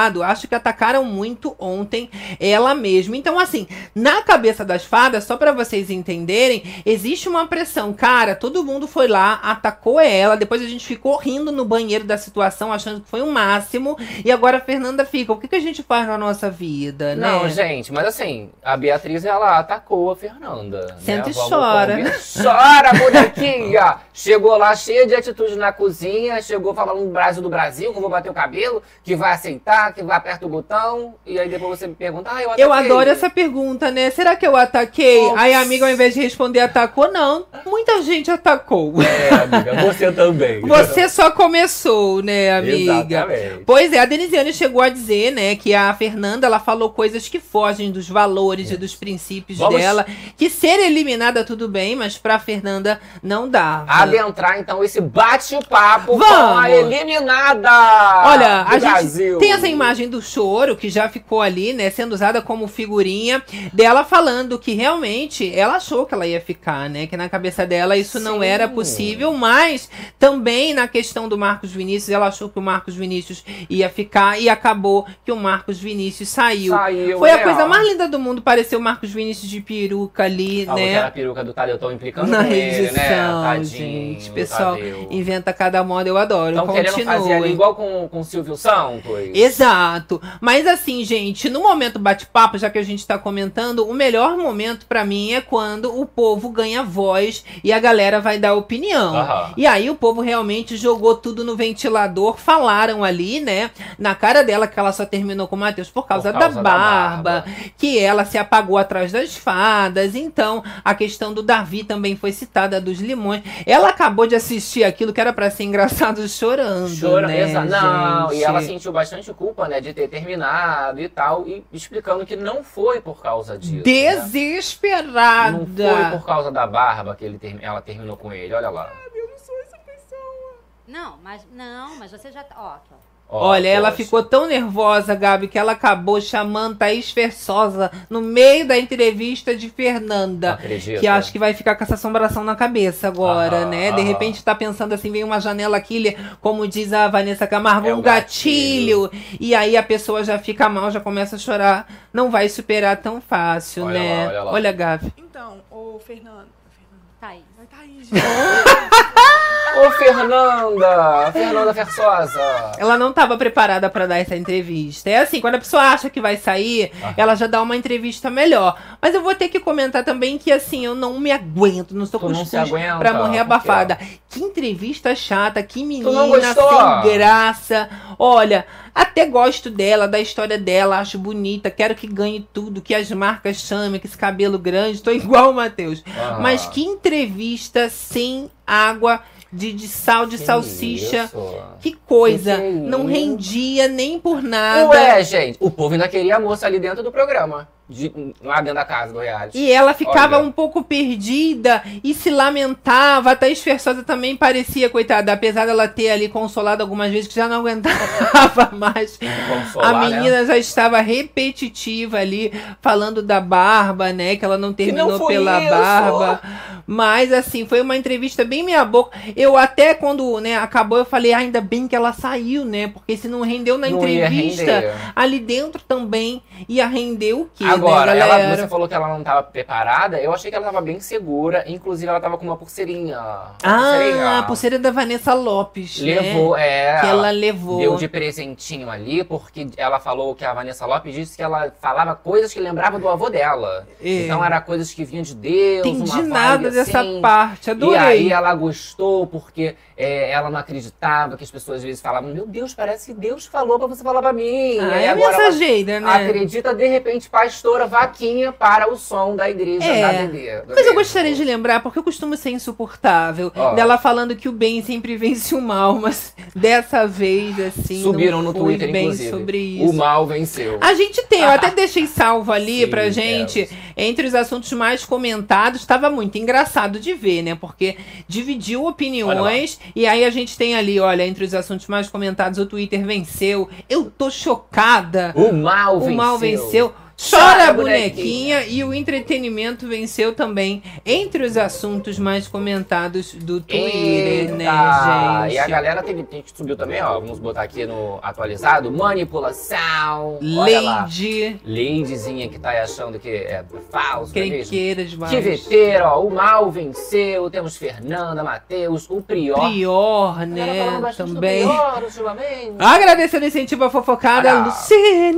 lado, acho que atacaram muito ontem ela mesma. Então, assim, na cabeça das fadas, só pra vocês entenderem, existe uma pressão. Cara, todo mundo foi lá, atacou ela, depois a gente ficou rindo no banheiro da situação, achando que foi o máximo, e agora a Fernanda fica, o que, que a gente faz na nossa vida, né? Não, gente, mas assim, a Beatriz, ela atacou a Fernanda. Senta né? e Vamos chora. combinar. Chora, bonequinha! Chegou lá cheia de atitude na cozinha, chegou falando no Brasil do Brasil, que eu vou bater o cabelo, que vai aceitar, que vai aperta o botão, e aí depois você me pergunta, ah, eu ataquei. Eu adoro essa pergunta, né? Será que eu ataquei? Nossa. Aí a amiga, ao invés de responder, atacou? Não. Muita gente atacou. É, amiga, você também. Você só começou, né, amiga? Exatamente. Pois é, a Denisiane chegou a dizer, né, que a Fernanda, ela falou coisas que fogem dos valores e dos princípios Vamos- dela. Que ser eliminada tudo bem, mas pra Fernanda não dava. Adentrar, então, esse bate-papo com Vamos. a eliminada Olha, do a gente Brasil. tem essa imagem do choro que já ficou ali, né, sendo usada como figurinha dela falando que realmente ela achou que ela ia ficar, né, que na cabeça dela isso não Sim. era possível, mas também na questão do Marcos Vinícius, ela achou que o Marcos Vinícius ia ficar e acabou que o Marcos Vinícius saiu. Saiu, Foi a né, coisa ó. mais linda do mundo, pareceu o Marcos Vinícius de peruca ali, Falou que era a né, peruca do Tadeu, estão implicando na com ele, né? edição, Tadinho, gente, do pessoal Tadeu. inventa cada moda, eu adoro, Estão querendo fazer ali continue. igual com, com o Silvio Santos. Exato. Mas assim, gente, no momento bate-papo, já que a gente tá comentando, o melhor momento pra mim é quando o povo ganha voz e a galera vai dar opinião. Aham. E aí o povo realmente jogou tudo no ventilador, falaram ali, né, na cara dela que ela só terminou com o Matheus por causa, Por causa da, da barba, barba. que ela se apagou atrás das fadas. Então, a questão do Davi também foi citada, dos limões. Ela acabou de assistir aquilo que era pra ser engraçado chorando, Chora, né, exa- Não, gente? e ela sentiu bastante culpa, né, de ter terminado e tal, e explicando que não foi por causa disso. né? Desesperada. Não foi por causa da barba que ele ter- ela terminou com ele, olha lá. Não, mas não, mas você já tá. Ó, aqui, ó. Ó, Olha, ela poxa. ficou tão nervosa, Gabi, que ela acabou chamando Thaís Versosa no meio da entrevista de Fernanda. Acredita? Que acho que vai ficar com essa assombração na cabeça agora, Aham, né? De aham. repente tá pensando assim, vem uma janela aqui, como diz a Vanessa Camargo, É um o gatilho. E aí a pessoa já fica mal, já começa a chorar. Não vai superar tão fácil, Olha né? lá, olha lá. Olha, Gabi. Então, ô Fernando. Tá aí. Vai tá aí, gente. Ô, Fernanda! Fernanda Versosa! Ela não estava preparada para dar essa entrevista. É assim, quando a pessoa acha que vai sair, Ah. ela já dá uma entrevista melhor. Mas eu vou ter que comentar também que, assim, eu não me aguento, não estou Tu com não os se custos aguenta? pra morrer Por quê? abafada. Que entrevista chata, que não menina gostou? sem graça. Olha, até gosto dela, da história dela, acho bonita, quero que ganhe tudo, que as marcas chamem, que esse cabelo grande, tô igual o Matheus. Ah. Mas que entrevista sem água de, de sal de Que salsicha. isso? Que coisa, Que que é não isso? rendia nem por nada. Ué, gente, o povo ainda queria a moça ali dentro do programa. De- lá dentro da casa do reality. E ela ficava Olha. um pouco perdida e se lamentava. A Thaís Versosa também parecia, coitada, apesar dela ter ali consolado algumas vezes, que já não aguentava mais. Consolar, A menina né? já estava repetitiva ali, falando da barba, né? Que ela não terminou não foi pela isso. barba. Mas, assim, foi uma entrevista bem meia boca. Eu até, quando, né, acabou, eu falei, ah, ainda bem que ela saiu, né? Porque se não rendeu na Não ia entrevista, render. ali dentro também ia render o quê, Agora, né, ela, galera? você falou que ela não estava preparada. Eu achei que ela estava bem segura. Inclusive, ela estava com uma pulseirinha. Uma Ah, pulseirinha. a pulseira da Vanessa Lopes, Levou, né? é. Que ela levou. Deu de presentinho ali, porque ela falou que a Vanessa Lopes disse que ela falava coisas que lembravam do avô dela. É. Então era coisas que vinham de Deus, Entendi uma nada vibe dessa assim. parte, E adorei. aí ela gostou porque é, ela não acreditava, que as pessoas às vezes falavam, meu Deus, parece que Deus falou pra você falar pra mim. Ah, e aí é agora ela mensageira, né? acredita, de repente, pastora vaquinha para o som da igreja É. da Dedê. Mas eu gostaria de lembrar, porque eu costumo ser insuportável, Ó. dela falando que o bem sempre vence o mal, mas dessa vez, assim, Subiram não no foi Twitter, bem inclusive. sobre isso. O mal venceu. A gente tem, eu até deixei salvo ali Sim, pra gente, temos. entre os assuntos mais comentados, estava muito engraçado de ver, né? Porque dividiu opiniões, e aí a gente tem ali, olha, entre os assuntos mais comentados, o Twitter venceu. Eu tô chocada. O mal O venceu. mal venceu. Chora a bonequinha e o entretenimento venceu também entre os assuntos mais comentados do Twitter, Eita. né, gente? E a galera teve, tem que subiu também, ó. Vamos botar aqui no atualizado. Manipulação. Lady. Ladyzinha que tá aí achando que é falso. Crenqueira demais. Que veteira, ó. O mal venceu. Temos Fernanda, Matheus, o Prior. Prior, né? Também. Prior, ultimamente. Agradecendo o incentivo à fofocada, Olha. Lucine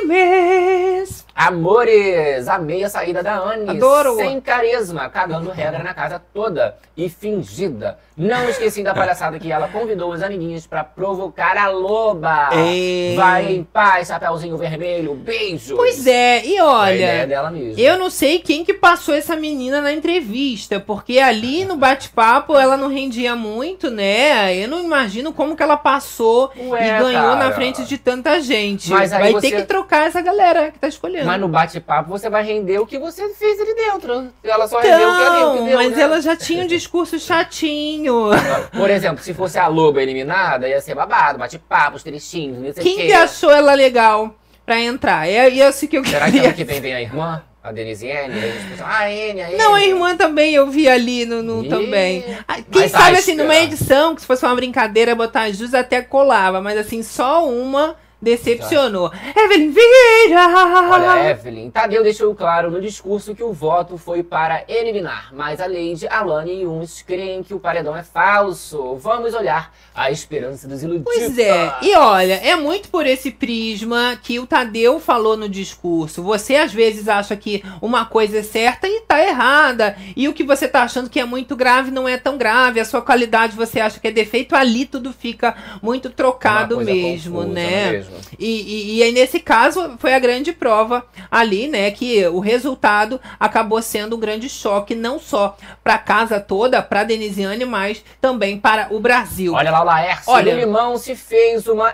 Mes. Amores, amei a saída da Anne. Adoro. Sem carisma, cagando regra na casa toda e fingida. Não esqueci da palhaçada que ela convidou os amiguinhos pra provocar a loba. É. Vai em paz, Chapeuzinho Vermelho. Beijo. Pois é, e A olha, ideia dela mesmo. eu não sei quem que passou essa menina na entrevista, porque ali no bate-papo ela não rendia muito, né? Eu não imagino como que ela passou Ué, e ganhou cara. na frente de tanta gente. Mas aí Vai você- ter que trocar essa galera que tá escolhendo. Mas no bate-papo você vai render o que você fez ali dentro. Ela só rendeu o que ela Não, rendeu, mas né? ela já tinha um discurso chatinho. Por exemplo, se fosse a loba eliminada, ia ser babado, bate-papo, os trechinhos, não sei o Quem quê. que achou ela legal pra entrar? É isso que eu Será que queria. ano que vem vem a irmã? A Denisiane? Aí a gente pensa, ah, a Enya, a Enya. Não, a irmã também eu vi ali no, no Ih, também. Ah, Quem mas sabe vai assim, numa esperar. edição, que se fosse uma brincadeira, botar as duas até colava, mas assim, só uma decepcionou. Evelyn Vieira! Olha, Evelyn, Tadeu deixou claro no discurso que o voto foi para eliminar, mas a Lady, Alane e uns creem que o paredão é falso. Vamos olhar a esperança dos iludidos. Pois é, e olha, é muito por esse prisma que o Tadeu falou no discurso. Você às vezes acha que uma coisa é certa e tá errada. E o que você tá achando que é muito grave não é tão grave. A sua qualidade você acha que é defeito, ali tudo fica muito trocado Uma coisa mesmo, confusa, né? mesmo. E, e, e aí, nesse caso, foi a grande prova ali, né? Que o resultado acabou sendo um grande choque, não só para a casa toda, para Denisiane, mas também para o Brasil. Olha lá o Laércio Olha- do Limão se fez uma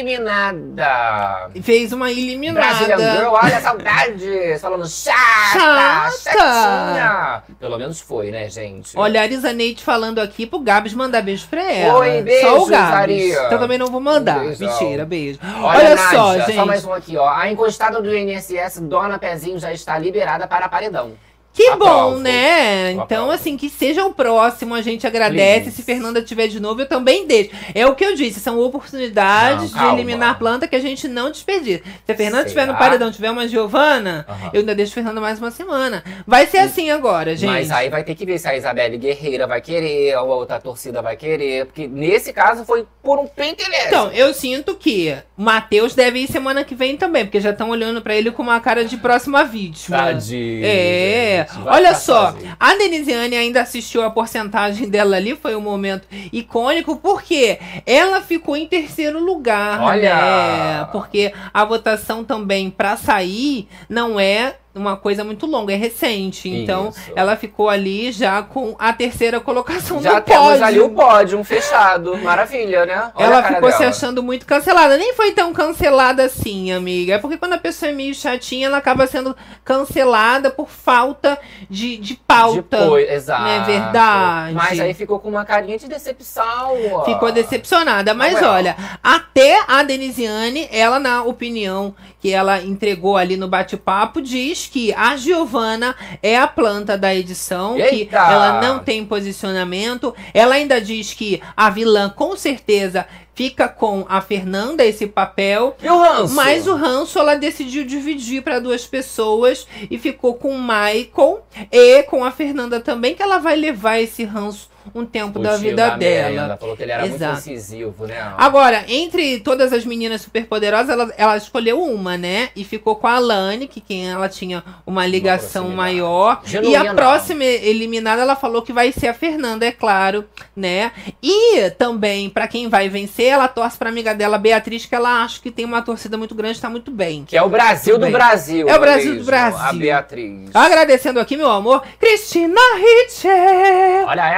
eliminada. Fez uma eliminada. Brazilian Girl, olha a saudade. Falando chata, Chata. chatinha. Pelo menos foi, né, gente? Olha, a Arisa Neide falando aqui pro Gabs mandar beijo pra ela. Oi, beijo, Só o Gabs. Zaria. Então também não vou mandar. Um beijão. Mentira, beijo. Olha, Olha, Nádia, só, gente. Só mais um aqui, ó. A encostada do I N S S, Dona Pezinho, já está liberada para paredão. Que Aprovo. bom, né? Eu Então, aprovo. assim, que seja o próximo, a gente agradece. Please. Se Fernanda tiver de novo, eu também deixo. É o que eu disse, são oportunidades Não, de calma. eliminar planta que a gente não desperdiça. Se a Fernanda estiver no Será? paredão, tiver uma Giovana, Aham. eu ainda deixo a Fernanda mais uma semana. Vai ser assim agora, gente. Mas aí vai ter que ver se a Isabelle Guerreira vai querer, ou a outra torcida vai querer. Porque nesse caso foi por um pentelésimo. Então, eu sinto que o Matheus deve ir semana que vem também, porque já estão olhando pra ele com uma cara de próxima vítima. Tadinho, É, gente, vai olha ficar só, sozinho. a Denisiane ainda assistiu a porcentagem dela ali, foi um momento icônico, porque ela ficou em terceiro lugar, Olha! né? Porque a votação também pra sair não é uma coisa muito longa, é recente. Então, Isso. ela ficou ali já com a terceira colocação Já no temos pódio. ali o pódio, um fechado. Maravilha, né? Olha Ela a cara ficou se dela. achando muito cancelada. Nem foi tão cancelada assim, amiga. É porque quando a pessoa é meio chatinha, ela acaba sendo cancelada por falta de, de pauta. Depois, exato. Não é verdade? Mas aí ficou com uma carinha de decepção. ó. Ficou decepcionada. Mas Não é? olha, até a Denisiane, ela, na opinião que ela entregou ali no bate-papo, diz que a Giovana é a planta da edição, que Eita! ela não tem posicionamento. Ela ainda diz que a vilã, com certeza, fica com a Fernanda esse papel. E o ranço? Mas o ranço ela decidiu dividir para duas pessoas e ficou com o Michael e com a Fernanda também, que ela vai levar esse ranço um tempo O da tio vida da dela. Miranda falou que ele era Exato. muito incisivo, né? Agora, entre todas as meninas superpoderosas, ela, ela escolheu uma, né? E ficou com a Alane, que quem ela tinha uma ligação proximidade. maior. Genuína. E a próxima eliminada, ela falou que vai ser a Fernanda, é claro, né? E também, pra quem vai vencer, ela torce pra amiga dela, Beatriz, que ela acha que tem uma torcida muito grande, tá muito bem. Que é o Brasil Tudo do bem. Brasil. É o Brasil mesmo, do Brasil. A Beatriz. Agradecendo aqui, meu amor, Cristina Hitcher. Olha ela.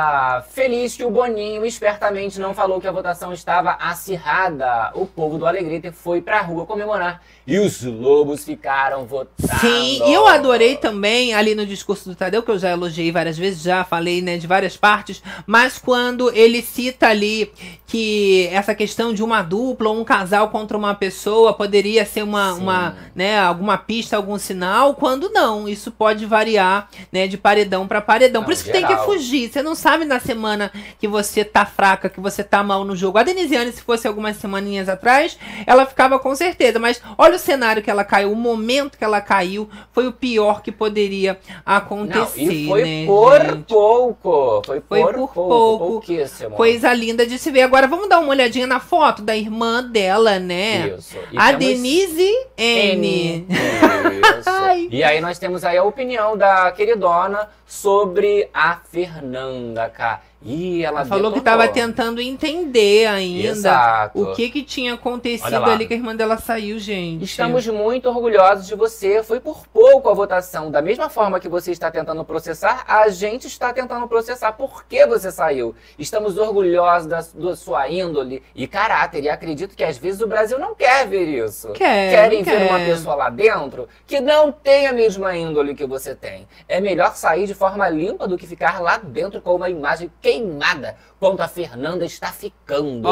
Ah, feliz que o Boninho espertamente não falou que a votação estava acirrada. O povo do Alegrete foi pra rua comemorar e os lobos ficaram votando. Sim, e eu adorei também ali no discurso do Tadeu, que eu já elogiei várias vezes, já falei, né, de várias partes, mas quando ele cita ali que essa questão de uma dupla ou um casal contra uma pessoa poderia ser uma, uma, né, alguma pista, algum sinal, quando não, isso pode variar, né, de paredão para paredão. Não, Por isso que geral. tem que fugir. Você não sabe na semana que você tá fraca, que você tá mal no jogo. A Denisiane, se fosse algumas semaninhas atrás, ela ficava com certeza, mas olha o cenário que ela caiu, o momento que ela caiu foi o pior que poderia acontecer. Não, e foi né, por gente? pouco. Foi, Foi por, por pouco. pouco. Pouquíssimo. Coisa linda de se ver. Agora vamos dar uma olhadinha na foto da irmã dela, né? Isso. E A temos Denise N. N. Isso. Ai. E aí nós temos aí a opinião da queridona sobre a Fernanda, cara. E ela Ela falou que detonou. estava tentando entender ainda Exato. o que que tinha acontecido Olha lá. ali que a irmã dela saiu, gente. Estamos muito orgulhosos de você. Foi por pouco a votação. Da mesma forma que você está tentando processar, a gente está tentando processar por que você saiu. Estamos orgulhosos da, da sua índole e caráter. E acredito que às vezes o Brasil não quer ver isso. Quer, Querem quer. ver uma pessoa lá dentro que não tem a mesma índole que você tem. É melhor sair de forma limpa do que ficar lá dentro com uma imagem queimada, quanto a Fernanda está ficando.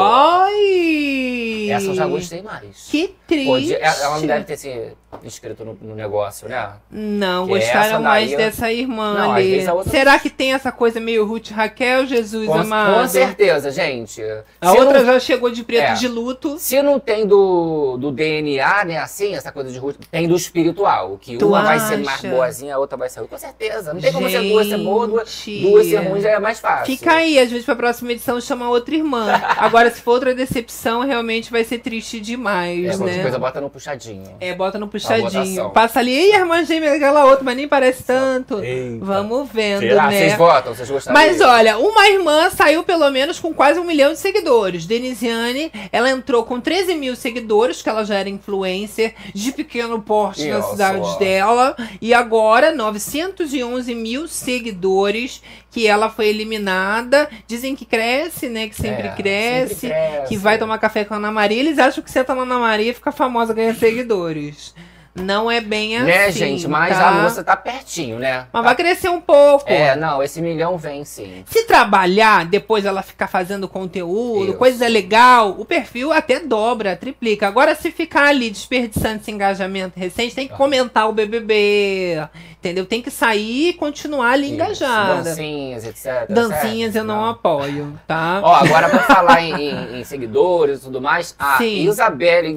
Ai! Essa eu já gostei mais. Que triste. Pode- ela ela não deve ter se inscrito no, no negócio, né? Não, Que essa gostaram daí mais eu- dessa irmã Não, às ali. vezes a outra- Será que tem essa coisa meio Ruth Raquel, Jesus Com, amado? com certeza, gente. A Se outra não, já chegou de preto É. de luto. se não tem do, do D N A, né, assim, essa coisa de Ruth, tem do espiritual, que Tu uma vai ser mais acha? boazinha, a outra vai ser ruim. Com certeza. Não tem como ser duas ser boa, duas, Gente. duas ser ruim já é mais fácil. Fica aí, às vezes pra próxima edição chama outra irmã. Agora, se for outra decepção, realmente vai ser triste demais, É, qualquer né? coisa bota no puxadinho. É, bota no A puxadinho. votação. Passa ali, e a irmã gêmea daquela outra, mas nem parece tanto. Eita. Vamos vendo, Será? né? Vocês votam? Vocês gostaram? Mas olha, uma irmã saiu pelo menos com quase um milhão de seguidores. Denisiane, ela entrou com treze mil seguidores, que ela já era influencer de pequeno porte na Isso. cidade dela. E agora, novecentos e onze mil seguidores, que ela foi eliminada. Dizem que cresce, né? Que sempre, É, cresce, sempre cresce. que vai tomar café com a Ana Maria. Eles acham que senta na Ana Maria e fica famosa, ganha seguidores. Não é bem assim, Né, gente? Mas tá? a moça tá pertinho, né? Mas Tá- vai crescer um pouco. É, não, esse milhão vem sim. Se trabalhar, depois ela ficar fazendo conteúdo, Isso. coisa legal, o perfil até dobra, triplica. Agora, se ficar ali desperdiçando esse engajamento recente, tem que comentar o B B B, entendeu? Tem que sair e continuar ali Isso, engajada. Dancinhas, etcétera. Dancinhas certo? eu não, apoio, tá? Ó, agora pra falar em, em- em seguidores e tudo mais, a Sim. Isabelle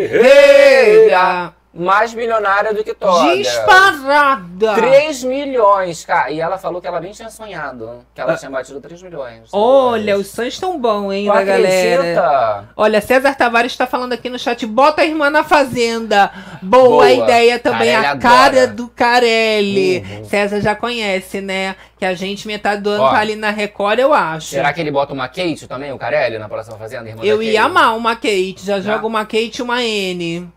Guerreira, mais milionária do que toda. Disparada! três milhões, cara. E ela falou que ela nem tinha sonhado, que ela tinha batido três milhões. Olha, os sonhos estão bons, hein, Tu da galera. acredita? Olha, César Tavares está falando aqui no chat, bota a irmã na fazenda. Boa, Boa. ideia também, Carelli a adora. cara do Carelli. Uhum. César já conhece, né? Que a gente, metade do ano, Ó, tá ali na Record, eu acho. Será que ele bota uma Kate também, o Carelli, na próxima fazenda? Irmã Eu da ia Kate? amar uma Kate, já Já? joga uma Kate e uma N.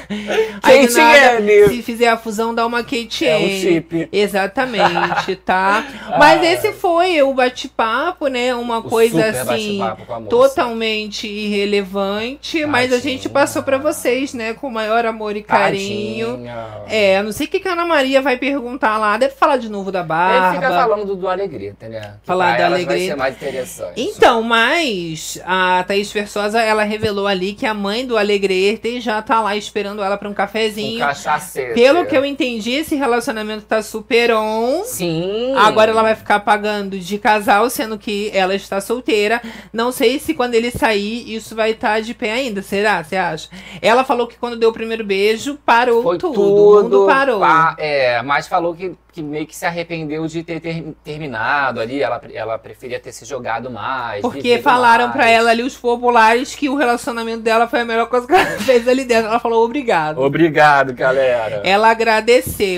Kate do nada, N. se fizer a fusão, dá uma Kate É um N. chip. Exatamente, tá? Mas Ah. esse foi o bate-papo, né? Uma O coisa super assim, bate-papo com a moça. totalmente irrelevante, mas a Tadinha. gente passou pra vocês, né? Com o maior amor e carinho. Tadinha. É, não sei o que que a Ana Maria vai perguntar lá. Deve falar de novo da Ele barba. fica falando do, do Alegrete, né? Que Falar pra da elas Alegrete. vai ser mais interessante. Então, mas a Thaís Versosa, ela revelou ali que a mãe do Alegrete já tá lá esperando ela pra um Um cafezinho. cachacete. Pelo que eu entendi, esse relacionamento tá super on. Sim. Agora ela vai ficar pagando de casal, sendo que ela está solteira. Não sei se quando ele sair, isso vai estar de pé ainda. Será? Você acha? Ela falou que quando deu o primeiro beijo, parou Foi tudo. tudo. O mundo parou. pá, é, mas falou que, que meio que se arrependeu de ter, ter- terminado ali. Ela, ela preferia ter se jogado mais. Porque vivido falaram mais. pra ela ali, os populares, que o relacionamento dela foi a melhor coisa que ela fez ali dentro. Ela falou obrigado. Obrigado, galera. Ela agradeceu.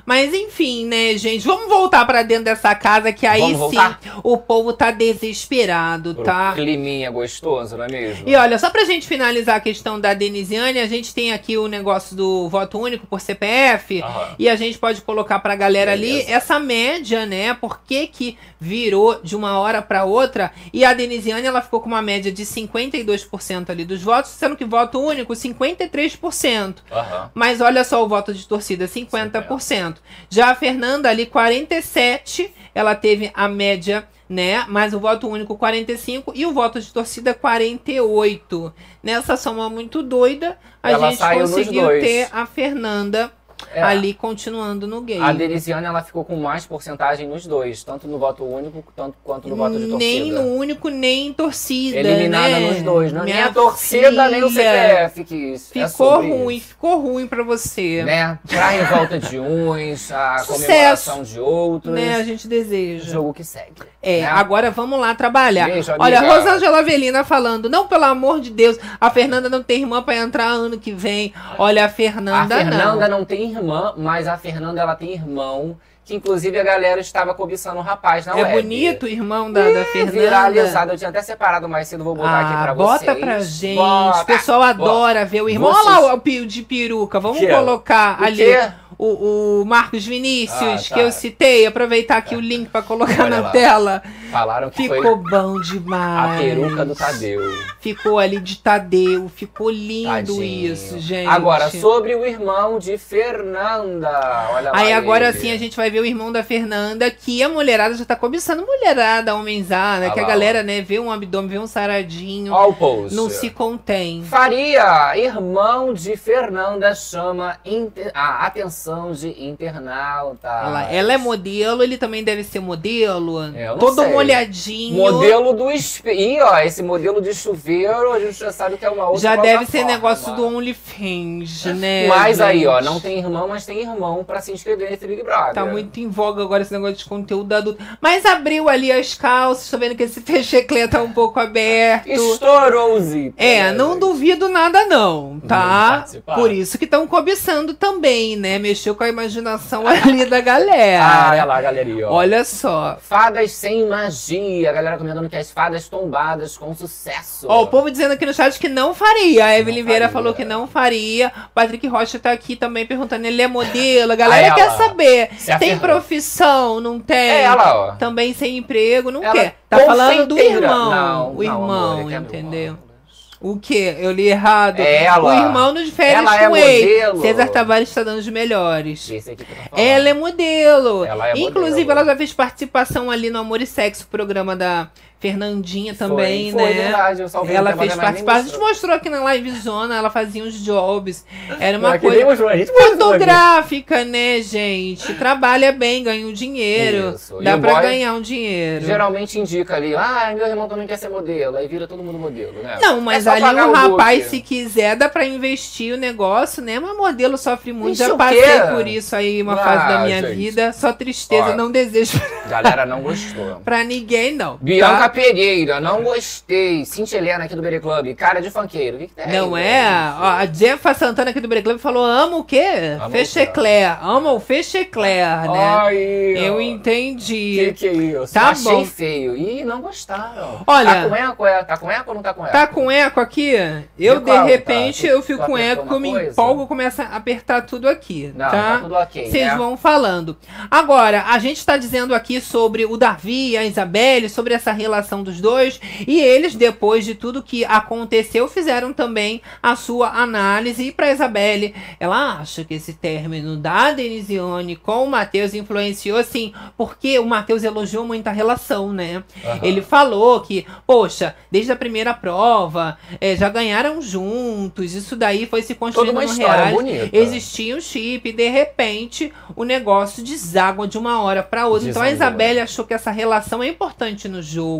Mas enfim, né, gente? Vamos voltar pra dentro dessa casa que aí Vamos sim voltar? o povo tá desesperado, Pro tá? climinha gostoso, não é mesmo? E olha, só pra gente finalizar a questão da Denisiane, a gente tem aqui o negócio do voto único por C P F. Aham. E a gente pode colocar pra galera ali Beleza. essa média, né? Por que que virou de uma hora pra outra? E a Denisiane, ela ficou com uma média de cinquenta e dois por cento ali dos votos, sendo que voto único, cinquenta e três por cento. Aham. Mas olha só o voto de torcida, cinquenta por cento. Já a Fernanda ali, quarenta e sete por cento, ela teve a média, né? Mas o voto único, quarenta e cinco por cento. E o voto de torcida, quarenta e oito por cento. Nessa soma muito doida, a Ela gente saiu nos conseguiu dois. ter a Fernanda É. ali continuando no game. A Denisiane, ela ficou com mais porcentagem nos dois, tanto no voto único tanto quanto no voto de torcida. Nem no único, nem em torcida, Eliminada né? nos dois, não é nem Minha a torcida, nem o C P filha. F quis. É Ficou sobre ruim, isso, ficou ruim pra você. né? Pra em volta de uns, a Sucesso. comemoração de outros. Né, a gente deseja. Jogo que segue. É, né? agora vamos lá trabalhar. Beijo, Olha, amiga. Rosângela Avelina falando, não, pelo amor de Deus, a Fernanda não tem irmã pra entrar ano que vem. Olha, a A Fernanda, Fernanda não. não tem irmã, mas a Fernanda ela tem irmão, que inclusive a galera estava cobiçando o rapaz na É web. bonito o irmão da, da Fernanda. Viralizado, eu tinha até separado mais cedo, vou botar aqui Ah, pra bota vocês. pra gente. Bota, O pessoal bota. adora ver o irmão. Vocês- Olha lá o pio de peruca. Vamos Que é? colocar O ali quê? o, o Marcos Vinícius, Ah, tá. que eu citei. Aproveitar aqui o link pra colocar Olha na lá. tela. Falaram que Ficou foi bom a demais. peruca do Tadeu. Ficou ali de Tadeu. Ficou lindo Tadinho. isso, gente. Agora, sobre o irmão de Fernanda. Olha lá Aí agora ele. sim a gente vai ver o irmão da Fernanda, que a mulherada já tá cobiçando mulherada, homenzada, Ah que a lá, galera, né, vê um abdômen, vê um saradinho, Ó o post. não se contém. Faria, irmão de Fernanda, chama inter- a atenção de internauta. Ela, ela é modelo, ele também deve ser modelo, Eu não todo sei. molhadinho. Modelo do espelho. Ih, ó, esse modelo de chuveiro, a gente já sabe que é uma outra Já deve ser plataforma. negócio do OnlyFans, né? Mas aí, ó, gente? não tem irmão, mas tem irmão pra se inscrever nesse Big Brother. Tá muito em voga agora esse negócio de conteúdo adulto. Mas abriu ali as calças, tô vendo que esse fecheclé tá um pouco aberto. Estourou o zíper. É, né, não gente? duvido nada não, Vamos tá? participar. Por isso que estão cobiçando também, né? Mexeu com a imaginação ali da galera. Ah, olha lá, galerinha, ó. Olha só. Fadas sem magia. A galera comentando que as fadas tombadas com sucesso. Ó, o povo dizendo aqui no chat que não faria. A Evelyn Não Vieira faria. falou que não faria. O Patrick Rocha tá aqui também perguntando, ele é modelo. A galera Aí, quer ela saber. se Tem afirmou. profissão? Não tem? É ela, ó. Também sem emprego? Não Ela quer. Tá falando do confeiteira. irmão. Não, o não, irmão, amor, é que é meu entendeu? irmão. O quê? Eu li errado. É ela. O irmão nos férias Ela é com ele. modelo. César Tavares está dando os melhores. Esse aqui que eu tô falando. Ela é modelo. Ela é Inclusive, modelo. ela já fez participação ali no Amor e Sexo, programa da Fernandinha também, foi, né? Foi, verdade. Eu salvei Ela no tema, fez mas nem participação. A gente mostrou. mostrou aqui na livezona, ela fazia uns jobs. Era uma Não, aqui nem coisa mostrou, a gente mostrou aqui. fotográfica, né, gente? Trabalha bem, ganha um dinheiro. Isso. E Dá o pra boy ganhar um dinheiro. Geralmente indica ali, ah, meu irmão também quer ser modelo. Aí vira todo mundo modelo, né? Não, mas É só ali pagar um o rapaz, book. se quiser, dá pra investir o negócio, né? Mas modelo sofre muito. Isso Já o passei quê? por isso aí, uma Ah, fase da minha gente. vida. Só tristeza, Ó. não desejo Galera não gostou. pra ninguém, não. Bianca tá? Pereira, não gostei. Cintia Helena aqui do Berry Club, cara de funkeiro. O que, que tem? Não gente? é? Ó, a Jefa Santana aqui do Break Club falou: ama o quê? Ama o Fechecler. Ama o Fechecler, né? Ai, Eu ó. entendi. Que que é isso? Tá Achei bom. feio. Ih, não gostaram. Olha- Tá com eco? É? Tá com eco ou não tá com eco? Tá com eco aqui? Eu, De de qual, repente, tá? eu fico Tu com apertou eco, que eu me uma coisa? empolgo, começo a apertar tudo aqui, Não, tá? tá tudo ok, Vocês né? vão falando. Agora, a gente tá dizendo aqui sobre o Davi e a Isabelle, sobre essa relação dos dois, e eles, depois de tudo que aconteceu, fizeram também a sua análise. E pra Isabelle, ela acha que esse término da Denisiane com o Matheus influenciou, sim, porque o Matheus elogiou muito a relação, né? Aham. Ele falou que, poxa, desde a primeira prova, eh, já ganharam juntos, isso daí foi se construindo Toda uma no história reality. bonita. Existia um chip e, de repente, o negócio deságua de uma hora pra outra. Então a Desandou, Isabelle né? achou que essa relação é importante no jogo.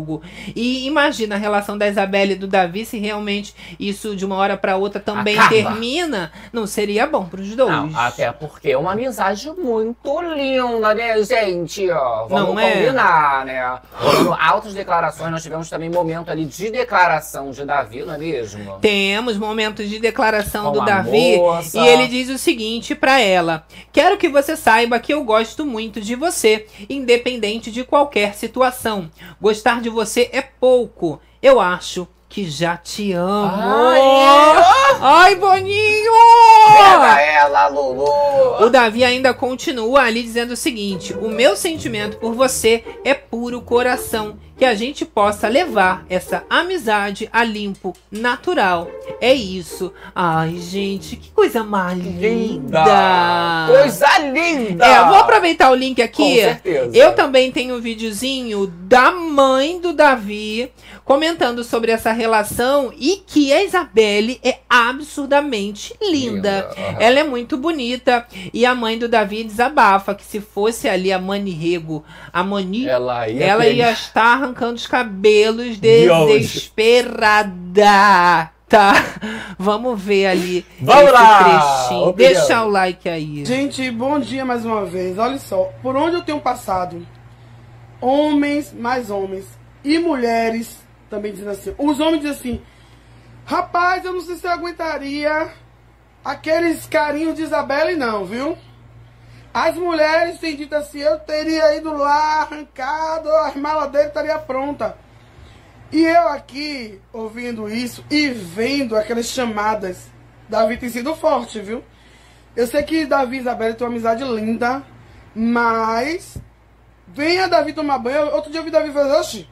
algo. E imagina a relação da Isabelle e do Davi, se realmente isso de uma hora pra outra também Acaba. termina, não seria bom pros dois. Não, até porque é uma amizade muito linda, né, gente? Ó, vamos Não é? combinar, né? Rolando altas declarações, nós tivemos também momento ali de declaração de Davi, não é mesmo? Temos momentos de declaração Com do a Davi moça. e ele diz o seguinte pra ela: quero que você saiba que eu gosto muito de você, independente de qualquer situação. Gostar de você é pouco. Eu acho que já te amo. Ai, Ai, Boninho! pega ela, Lulu! O Davi ainda continua ali dizendo o seguinte: o meu sentimento por você é puro coração. Que a gente possa levar essa amizade a limpo, natural. É isso. Ai, gente, que coisa mais linda. Coisa linda! É, vou aproveitar o link aqui. Com certeza. Eu também tenho um videozinho da mãe do Davi comentando sobre essa relação e que a Isabelle é absurdamente linda. Linda, aham. Ela é muito bonita e a mãe do Davi desabafa que se fosse ali a Mani Rego, a Mani, Ela ia ela pegar. ia estar arrancando os cabelos De onde? desesperada. Tá, vamos ver ali Vamos esse lá! trechinho. Opinião. Deixa o like aí. Gente, bom dia mais uma vez. Olha só, por onde eu tenho passado, homens, mais homens, e mulheres também dizendo assim. Os homens dizem assim: rapaz, eu não sei se eu aguentaria aqueles carinhos de Isabelle não, viu? As mulheres têm dito assim: eu teria ido lá, arrancado, as malas dele estaria pronta. E eu aqui, ouvindo isso e vendo aquelas chamadas, Davi tem sido forte, viu? Eu sei que Davi e Isabelle têm uma amizade linda, mas venha Davi tomar banho. Outro dia eu vi Davi fazer, oxi,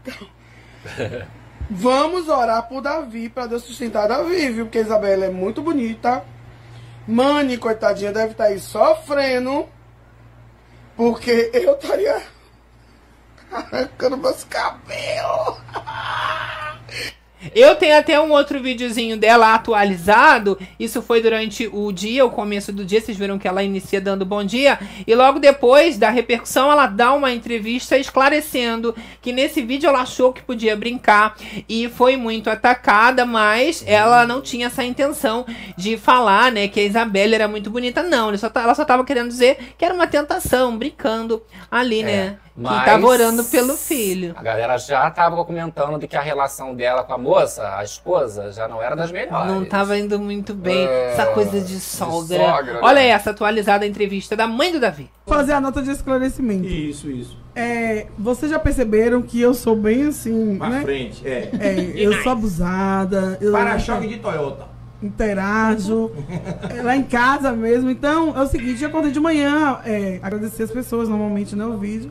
vamos orar por Davi, para Deus sustentar Davi, viu? Porque a Isabelle é muito bonita. Mani, coitadinha, deve estar aí sofrendo, porque eu estaria arrancando meus cabelos. Eu tenho até um outro videozinho dela atualizado. Isso foi durante o dia, o começo do dia. Vocês viram que ela inicia dando bom dia. E logo depois da repercussão, ela dá uma entrevista esclarecendo que nesse vídeo ela achou que podia brincar e foi muito atacada, mas ela não tinha essa intenção de falar, né, que a Isabelle era muito bonita. Não, ela só, ela só tava querendo dizer que era uma tentação, brincando ali, né? Mas Que tava orando pelo filho. A galera já tava comentando de que a relação dela com a moça, a esposa, já não era das melhores. Não tava indo muito bem. É, Essa coisa de de sogra. sogra, né? Olha essa atualizada entrevista da mãe do Davi. Fazer a nota de esclarecimento. Isso, isso. É, vocês já perceberam que eu sou bem assim, Pra né? frente, é. É, eu sou abusada, eu Para-choque de Toyota. interajo, é, lá em casa mesmo. Então, é o seguinte, eu acordei de manhã, é, agradecer as pessoas, normalmente no vídeo.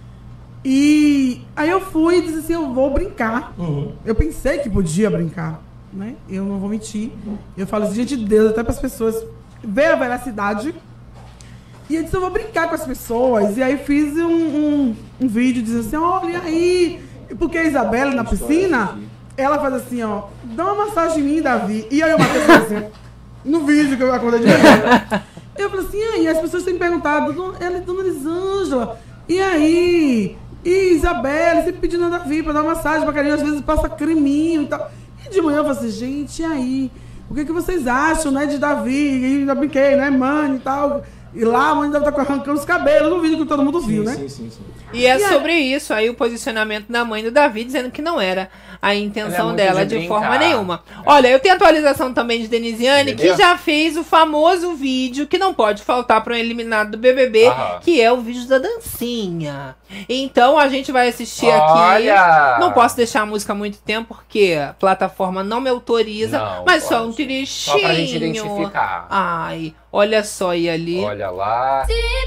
E aí eu fui e disse assim, eu vou brincar. Uhum. Eu pensei que podia brincar, né? Eu não vou mentir. Eu falo assim, gente de Deus, até para as pessoas ver a veracidade. E eu disse, eu vou brincar com as pessoas. E aí fiz um, um, um vídeo dizendo assim, olha aí. Porque a Isabelle na piscina, ela faz assim, ó, dá uma massagem em mim, Davi. E aí eu matei assim, no vídeo que eu acordei de manhã. Eu falei assim, aí as pessoas têm me perguntado, ela é Dona Elisângela, e aí? E Isabelle sempre pedindo a Davi pra dar uma massagem pra carinho, às vezes passa creminho e tal. E de manhã eu falei assim, gente, e aí? O que, que vocês acham, né, de Davi? E ainda brinquei, né, mãe e tal. E lá a mãe deve estar arrancando os cabelos no vídeo que todo mundo viu, Sim, né? sim, sim, sim. E é E aí- sobre isso aí o posicionamento da mãe do Davi, dizendo que não era a Ela é intenção muito dela de de, forma brincar. nenhuma. Olha, eu tenho atualização também de Denisiane, Entendeu? que já fez o famoso vídeo que não pode faltar para um eliminado do B B B, Aham. que é o vídeo da dancinha. Então a gente vai assistir Olha! aqui. Não posso deixar a música muito tempo, porque a plataforma não me autoriza, Não, mas só um pode. trechinho. Só pra gente identificar. Ai, olha só aí ali. Olha lá.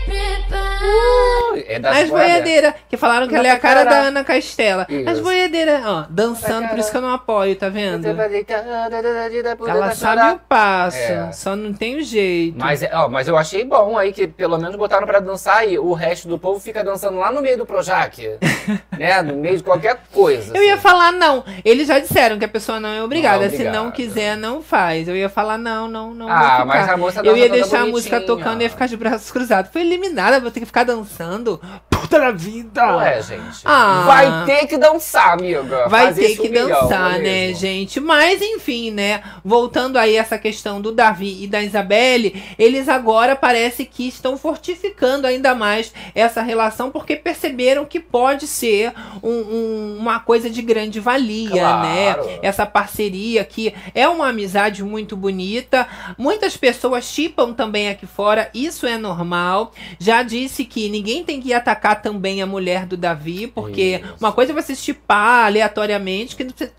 É das As boiadeiras, que falaram que ela é a cara da Ana Castela. Isso. As boiadeiras, ó, dançando, por isso que eu não apoio, tá vendo? Ela sabe o passo, É. só não tem o jeito. Mas, é, ó, mas eu achei bom aí que pelo menos botaram pra dançar e o resto do povo fica dançando lá no meio do Projac. Né? No meio de qualquer coisa. Eu ia assim. falar não. Eles já disseram que a pessoa não é obrigada. Não é Se obrigada. não quiser, não faz. Eu ia falar não, não, não. Ah, vou ficar. mas a moça Eu dança ia toda deixar a música bonitinha. tocando e ia ficar de braços cruzados. Foi eliminada, vou ter que ficar dançando. volta na vida. Ué, gente. Ah. Vai ter que dançar, amiga. Vai Fazer ter esse que um milhão, dançar, não é né, mesmo? gente? Mas, enfim, né? Voltando aí a essa questão do Davi e da Isabelle, eles agora parece que estão fortificando ainda mais essa relação, porque perceberam que pode ser um, um, uma coisa de grande valia, Claro. né? Essa parceria que é uma amizade muito bonita. Muitas pessoas chipam também aqui fora, isso é normal. Já disse que ninguém tem que atacar também a mulher do Davi, porque Isso. uma coisa é você chipar aleatoriamente, que você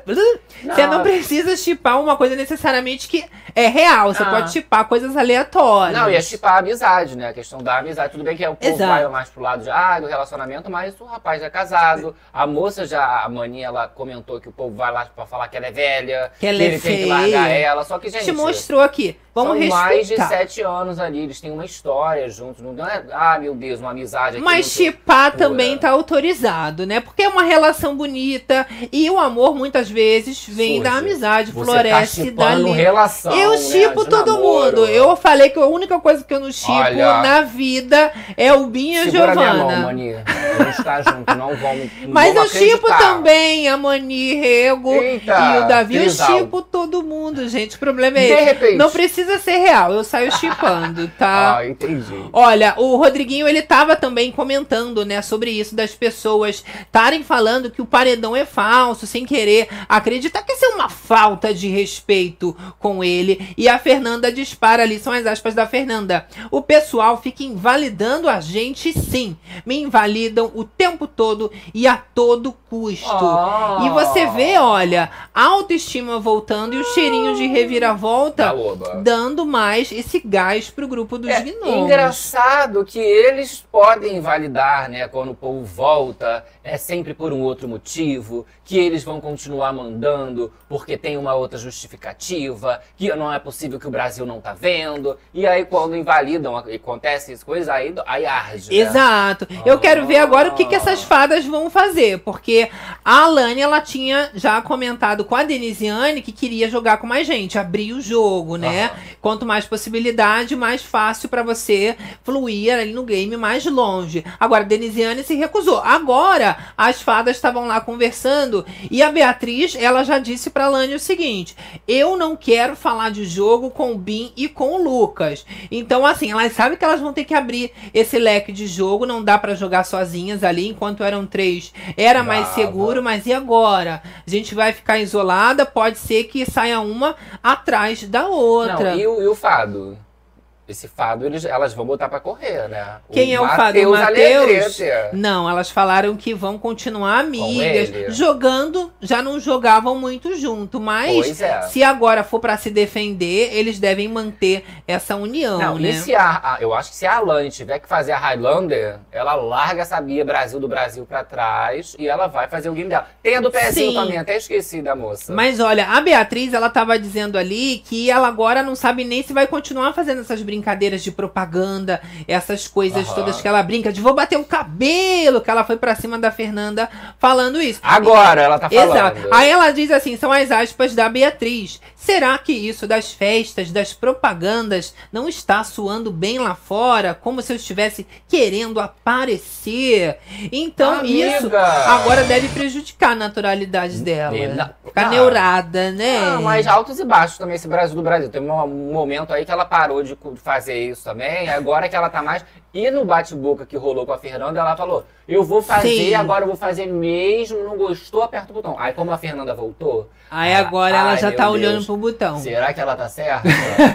você não precisa chipar uma coisa necessariamente que é real. Você Ah. pode chipar coisas aleatórias. Não, e é chipar a amizade, né? A questão da amizade. Tudo bem que é o povo Exato. vai mais pro lado de, ah, do relacionamento, mas o rapaz é casado. A moça já, a Mani, ela comentou que o povo vai lá pra falar que ela é velha, Que ela é ele tem que feia. largar ela. Só que, gente, Te mostrou aqui. Vamos são respeitar. mais de sete anos ali, eles têm uma história juntos. Não é, ah, meu Deus, uma amizade aqui. Mas muito chipar pura. também tá autorizado, né? Porque é uma relação bonita e o amor muitas vezes vem Surge. da amizade, Você floresce tá chipando dali. relação, Eu né, chipo de todo namoro. mundo. Eu falei que a única coisa que eu não chipo Olha. na vida é o Binho e a Segura minha Giovana. mão, Mani. A gente tá junto, não vamos. Não Mas eu vamos chipo acreditar. também a Mani Rego Eita, e o Davi. Eu trisal. chipo todo mundo, gente. O problema é De esse. repente. Não precisa ser real. Eu saio chipando, tá? Ah, entendi. Olha, o Rodriguinho, ele tava também comentando, né, sobre isso, das pessoas estarem falando que o paredão é falso, sem querer acreditar que isso é uma falta de respeito com ele. E a Fernanda dispara ali, são as aspas da Fernanda. O pessoal fica invalidando a gente, sim. Me invalidam o tempo todo e a todo custo. Oh. E você vê, olha, a autoestima voltando e o cheirinho de reviravolta Da loba. dando mais esse gás pro grupo dos É gnomos. engraçado que eles podem invalidar, né, quando o povo volta, é sempre por um outro motivo, que eles vão continuar mandando porque tem uma outra justificativa, que não é possível que o Brasil não tá vendo, e aí quando invalidam, acontece isso, coisa, aí, aí arde, né? Exato. Eu quero ver agora o que, que essas fadas vão fazer, porque a Alane, ela tinha já comentado com a Denisiane que queria jogar com mais gente, abrir o jogo, né? Aham. Quanto mais possibilidade, mais fácil pra você fluir ali no game mais longe. Agora, a Denisiane se recusou. Agora, as fadas estavam lá conversando e a Beatriz, ela já disse pra Alane o seguinte: eu não quero falar de jogo com o Bin e com o Lucas. Então, assim, elas sabem que elas vão ter que abrir esse leque de jogo, não dá pra jogar sozinhas ali, enquanto eram três era mais Dava. seguro, mas e agora? A gente vai ficar isolada, pode ser que saia uma atrás da outra. Não, e o, e o fado? Esse fado, eles, elas vão botar pra correr, né? Quem é o fado? O Matheus Matheus? Alegrete. Não, elas falaram que vão continuar amigas. ele. Jogando, já não jogavam muito junto. Mas Pois é. se agora for pra se defender, eles devem manter essa união, Não, né? e se a, a- eu acho que se a Alane tiver que fazer a Highlander, ela larga essa Bia Brasil do Brasil pra trás e ela vai fazer o game dela. Tem a do pezinho Sim. também, até esqueci da moça. Mas olha, a Beatriz, ela tava dizendo ali que ela agora não sabe nem se vai continuar fazendo essas brincadeiras de propaganda, essas coisas Aham. todas que ela brinca, de vou bater o cabelo, que ela foi pra cima da Fernanda falando isso. Agora ela tá falando. Exato. Aí ela diz assim, são as aspas da Beatriz. Será que isso das festas, das propagandas, não está soando bem lá fora? Como se eu estivesse querendo aparecer? Então Amiga! isso agora deve prejudicar a naturalidade dela. E na- Ficar Ah. neurada, né? Ah, mas altos e baixos também esse Brasil do Brasil. Tem um um momento aí que ela parou de cu- fazer isso também, agora que ela tá mais... E no bate-boca que rolou com a Fernanda, ela falou, eu vou fazer, Sim. agora eu vou fazer mesmo, não gostou, aperta o botão. Aí como a Fernanda voltou... Aí agora ela ai, já meu tá Deus, olhando pro botão. Será que ela tá certa?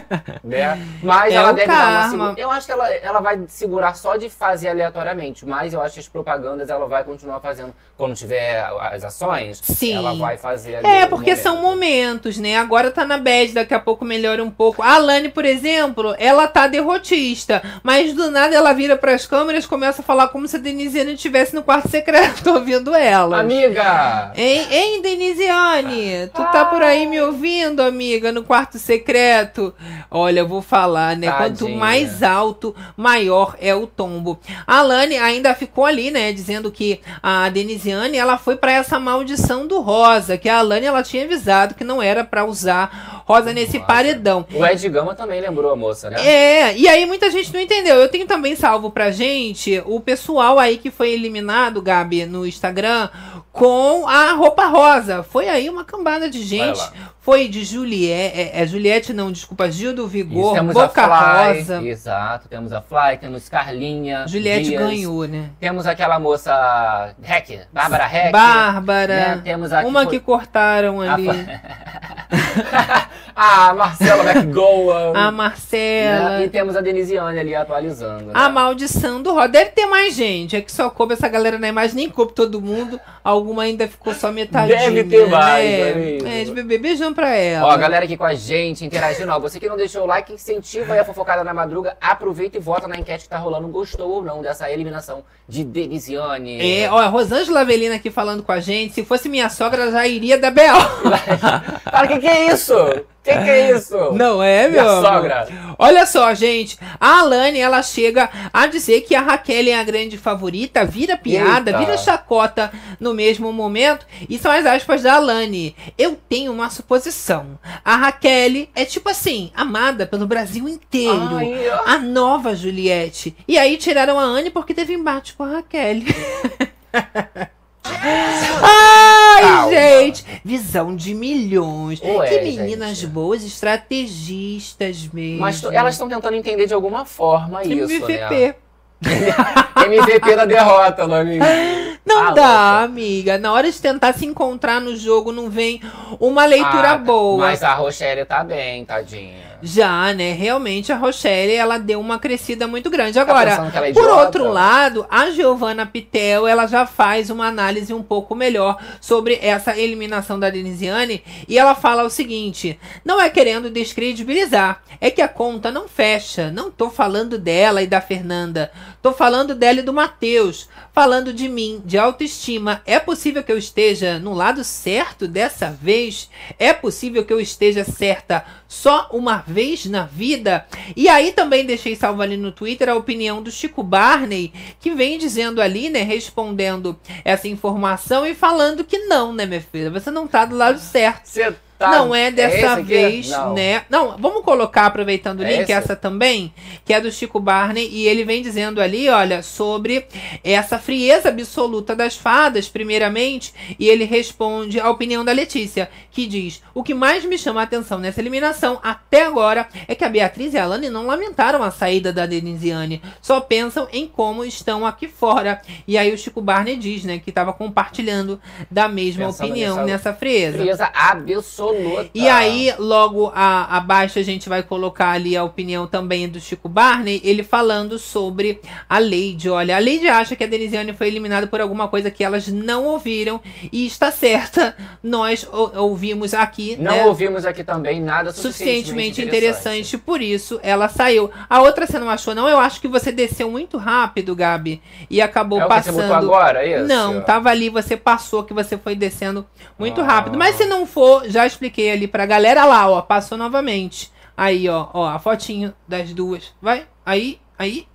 Né? Mas É ela o deve dar uma karma. segura... Eu acho que ela, ela vai segurar só de fazer aleatoriamente, mas eu acho que as propagandas ela vai continuar fazendo. Quando tiver as ações, Sim. ela vai fazer ali É, no porque momento. são momentos, né? Agora tá na bad, daqui a pouco melhora um pouco. A Alane, por exemplo, ela tá derrotista, mas do nada ela vira pras câmeras e começa a falar como se a Denisiane estivesse no quarto secreto ouvindo ela. Amiga! Hein, hein, Denisiane? Alane, tu tá por aí me ouvindo, amiga, no quarto secreto? Olha, eu vou falar, né? Tadinha. Quanto mais alto, maior é o tombo. A Alane ainda ficou ali, né? Dizendo que a Denisiane, ela foi pra essa maldição do rosa, que a Alane, ela tinha avisado que não era pra usar rosa nesse Nossa. paredão. O Ed Gama também lembrou a moça, né? É, e aí muita gente não entendeu. Eu tenho também salvo pra gente o pessoal aí que foi eliminado, Gabi, no Instagram, com a roupa rosa. Foi aí uma cambada de gente. Foi de Juliette, é, é Juliette não, desculpa, Gil do Vigor, Isso, Boca a Fly, Rosa. Exato, temos a Fly, temos Carlinha. Juliette Dias, ganhou, né? Temos aquela moça Heck, Bárbara Heck. Bárbara. Né? Temos a uma que, que foi... cortaram ali. A Marcela McGowan. A Marcela. Né? E temos a Denisiane ali atualizando. Né? A maldição do roda. Deve ter mais gente. É que só coube essa galera na imagem, nem coube todo mundo. Alguma ainda ficou só metadinha. Deve ter mais, né? é, é, de bebê, beijão pra ela. Ó, a galera aqui com a gente, interagindo. Ó, você que não deixou o like, incentiva aí a fofocada na madruga. Aproveita e vota na enquete que tá rolando. Gostou ou não dessa eliminação de Denisiane? É, ó, a Rosângela Avelina aqui falando com a gente. Se fosse minha sogra, ela já iria da B O. Fala, o que que é isso? Que que é isso? Não é, meu Minha amor? sogra. Olha só, gente. A Alane, ela chega a dizer que a Raquel é a grande favorita, vira piada, Eita. vira chacota no mesmo momento. E são as aspas da Alane. Eu tenho uma suposição. A Raquel é tipo assim, amada pelo Brasil inteiro. Ai, ó. A nova Juliette. E aí tiraram a Anne porque teve embate com a Raquel. Ai, Calma. gente, visão de milhões. Ué, que meninas gente. boas, estrategistas mesmo. Mas t- elas estão tentando entender de alguma forma isso, M V P. né? M V P da derrota, meu amigo. Não Ah, dá, louca. amiga. Na hora de tentar se encontrar no jogo, não vem uma leitura Ah, boa. Mas a Rochelle tá bem, tadinha. Já, né? Realmente a Rochelle, ela deu uma crescida muito grande. Tá Agora, pensando que ela é por idiota? outro lado, a Giovanna Pitel, ela já faz uma análise um pouco melhor sobre essa eliminação da Denisiane. E ela fala o seguinte: não é querendo descredibilizar, é que a conta não fecha. Não tô falando dela e da Fernanda. Tô falando dela e do Matheus. Falando de mim, de autoestima. É possível que eu esteja no lado certo dessa vez? É possível que eu esteja certa só uma vez na vida? E aí também deixei salvo ali no Twitter a opinião do Chico Barney, que vem dizendo ali, né, respondendo essa informação e falando que não, né, minha filha? Você não tá do lado certo. Você tá... Não é dessa esse aqui? vez, Não. né? Não, vamos colocar, aproveitando o É link, esse? essa também, que é do Chico Barney, e ele vem dizendo ali, olha, sobre essa frieza absoluta das fadas, primeiramente, e ele responde a opinião da Letícia, que diz: o que mais me chama a atenção nessa eliminação, até agora, é que a Beatriz e a Alane não lamentaram a saída da Denisiane, só pensam em como estão aqui fora. E aí o Chico Barney diz, né, que estava compartilhando da mesma Pensando opinião nessa nessa frieza. Frieza absoluta. E aí, logo a, abaixo, a gente vai colocar ali a opinião também do Chico Barney, ele falando sobre a Lady. Olha, a Lady acha que a Denisiane foi eliminada por alguma coisa que elas não ouviram, e está certa, nós ou, ouvimos aqui, Não né, ouvimos aqui também nada suficientemente suficientemente interessante. interessante. Por isso ela saiu. A outra você não achou, não? Eu acho que você desceu muito rápido, Gabi, e acabou É o que você passando. botou agora, é isso? Não, tava ali, você passou, que você foi descendo muito Ah. rápido. Mas se não for, já expliquei ali pra galera lá, ó, passou novamente. Aí, ó, ó, a fotinho das duas. Vai, aí, aí.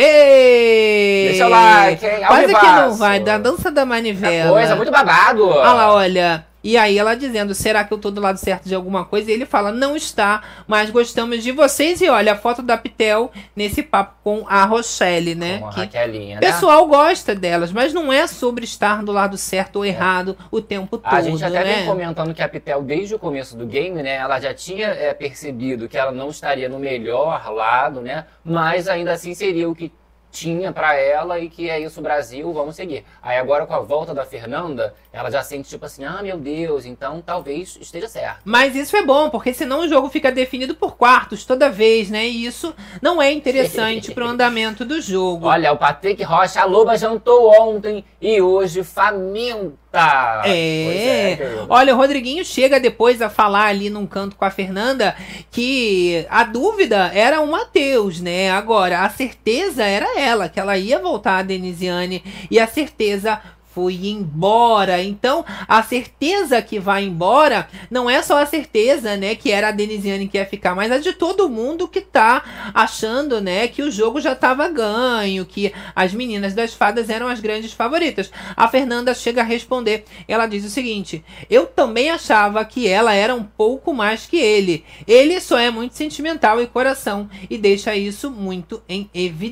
Ei! Deixa o like, hein? Ao Quase que não vivaço. vai, da dança da manivela. Coisa muito babado. Olha lá, olha. E aí ela dizendo, será que eu tô do lado certo de alguma coisa? E ele fala, não está, mas gostamos de vocês. E olha, a foto da Pitel nesse papo com a Rochelle, né? Com a Que Raquelinha, o né? pessoal gosta delas, mas não é sobre estar do lado certo ou errado o tempo todo, A gente até né? vem comentando que a Pitel, desde o começo do game, né, ela já tinha é, percebido que ela não estaria no melhor lado, né, mas ainda assim seria o que tinha pra ela e que é isso, Brasil, vamos seguir. Aí agora com a volta da Fernanda, ela já sente tipo assim, ah, meu Deus, então talvez esteja certo. Mas isso é bom, porque senão o jogo fica definido por quartos toda vez, né? E isso não é interessante pro andamento do jogo. Olha, o Patrick Rocha, a Loba jantou ontem e hoje faminta. É. Pois é, querido. Olha, o Rodriguinho chega depois a falar ali num canto com a Fernanda que a dúvida era o Matheus, né? Agora, a certeza era ela, que ela ia voltar a Denisiane, e a certeza foi embora. Então, a certeza que vai embora não é só a certeza, né, que era a Denisiane que ia ficar, mas a de todo mundo que tá achando, né, que o jogo já tava ganho, que as meninas das fadas eram as grandes favoritas. A Fernanda chega a responder. Ela diz o seguinte: eu também achava que ela era um pouco mais que ele. Ele só é muito sentimental e coração, e deixa isso muito em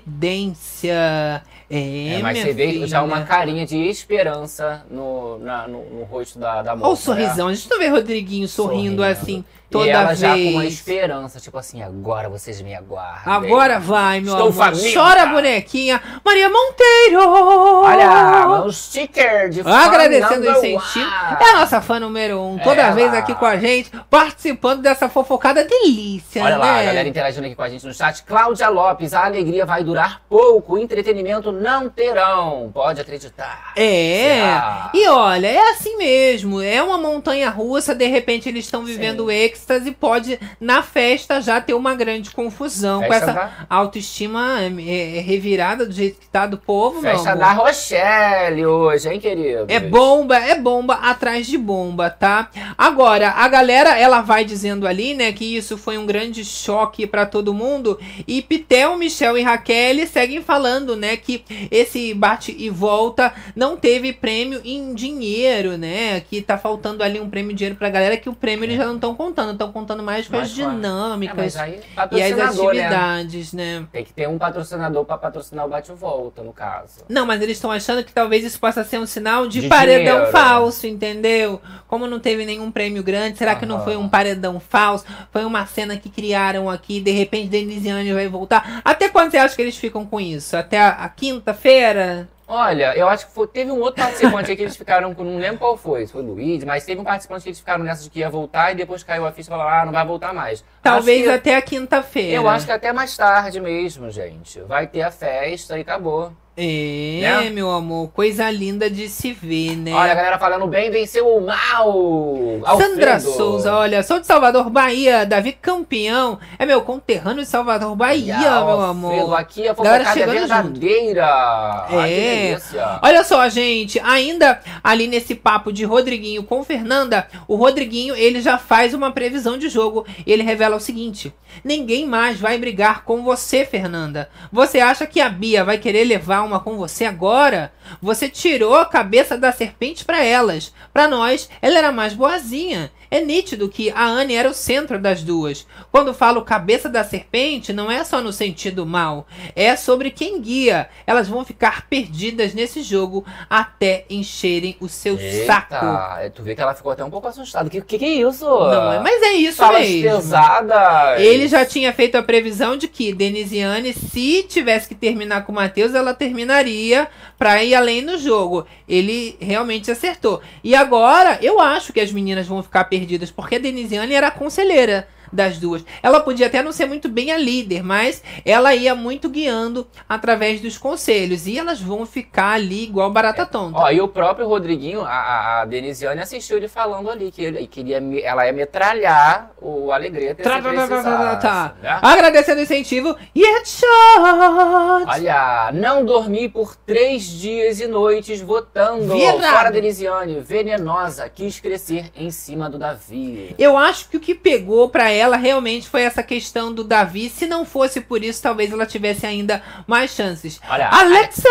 evidência. É, É, mas minha você vê filha. já uma carinha de esperança no, na- no, no rosto da, da moça. Olha o sorrisão. A gente não vê Rodriguinho sorrindo, Sorrindo. assim toda e ela vez. já com uma esperança, tipo assim, agora vocês me aguardem. Agora vai, meu Estou amor. faminta. Chora, bonequinha. Maria Monteiro. Olha, um sticker de fã Agradecendo o number incentivo. one. É a nossa fã número um. Toda Ela. vez aqui com a gente, participando dessa fofocada delícia, Olha né? lá, a galera interagindo aqui com a gente no chat. Cláudia Lopes, a alegria vai durar pouco, entretenimento não terão. Pode acreditar. É, Será? e olha, é assim mesmo, é uma montanha russa, de repente eles estão vivendo Sim. êxtase, pode na festa já ter uma grande confusão, com Festa essa da- autoestima é, é, revirada do jeito que tá do povo, meu Festa amor. da Rochelle hoje, hein, querido? É bomba, é bomba atrás de bomba, tá? Agora, a galera, ela vai dizendo ali, né, que isso foi um grande choque pra todo mundo, e Pitel, Michel e Raquel seguem falando, né, que esse bate e volta não teve prêmio em dinheiro, né, que tá faltando ali um prêmio em dinheiro pra galera, que o prêmio eles já não estão contando, estão contando mais com Mais as com a- É, dinâmicas mas aí, e as patrocinador, né? atividades, né? Tem que ter um patrocinador pra patrocinar o bate-volta, no caso. Não, mas eles estão achando que talvez isso possa ser um sinal de, De paredão dinheiro. falso, entendeu? Como não teve nenhum prêmio grande, será que não Aham. foi um paredão falso? Foi uma cena que criaram aqui, de repente Denisiane vai voltar. Até quando você acha que eles ficam com isso? Até a, a quinta-feira? Olha, eu acho que foi- teve um outro participante aí que eles ficaram com, não lembro qual foi, se foi o Luiz, mas teve um participante que eles ficaram nessa de que ia voltar e depois caiu a ficha e falaram, ah, não vai voltar mais. Talvez Acho que- até a quinta-feira. Eu acho que até mais tarde mesmo, gente. Vai ter a festa e acabou. É, Né? meu amor, coisa linda de se ver, né? Olha, a galera falando bem, venceu o mal. Sandra Alfredo. Souza, olha, sou de Salvador, Bahia. Davi Campeão é meu conterrâneo de Salvador, Bahia, Olha, meu Alfredo, amor. aqui a Galera fofocada é chegando verdadeira. Ai, que É. delícia. Olha só, gente, ainda ali nesse papo de Rodriguinho com Fernanda, o Rodriguinho, ele já faz uma previsão de jogo. Ele revela o seguinte: ninguém mais vai brigar com você, Fernanda. Você acha que a Bia vai querer levar uma com você agora? Você tirou a cabeça da serpente pra elas. Pra nós, ela era mais boazinha. É nítido que a Anne era o centro das duas. Quando falo cabeça da serpente, não é só no sentido mal. É sobre quem guia. Elas vão ficar perdidas nesse jogo até encherem o seu saco. Eita, tu vê que ela ficou até um pouco assustada. Que que, que é isso? Não é, mas é isso Falas mesmo. pesadas. Ele já tinha feito a previsão de que Denisiane, se tivesse que terminar com o Matheus, ela terminaria pra ir além no jogo. Ele realmente acertou. E agora, eu acho que as meninas vão ficar perdidas, porque a Denisiane era a conselheira das duas. Ela podia até não ser muito bem a líder, mas ela ia muito guiando através dos conselhos. E elas vão ficar ali igual barata tonta. Ó, e o próprio Rodriguinho, a, a, a Denisiane assistiu ele falando ali que ele queria, me- ela ia metralhar o Alegrete se Tá, tá, tá, tá, tá, precisasse, tá. né? Agradecendo o incentivo. E headshot! Olha, não dormi por três dias e noites votando. Virado. Fora Denisiane, venenosa, quis crescer em cima do Davi. Eu acho que o que pegou pra ela realmente foi essa questão do Davi. Se não fosse por isso, talvez ela tivesse ainda mais chances. Olha, Alexa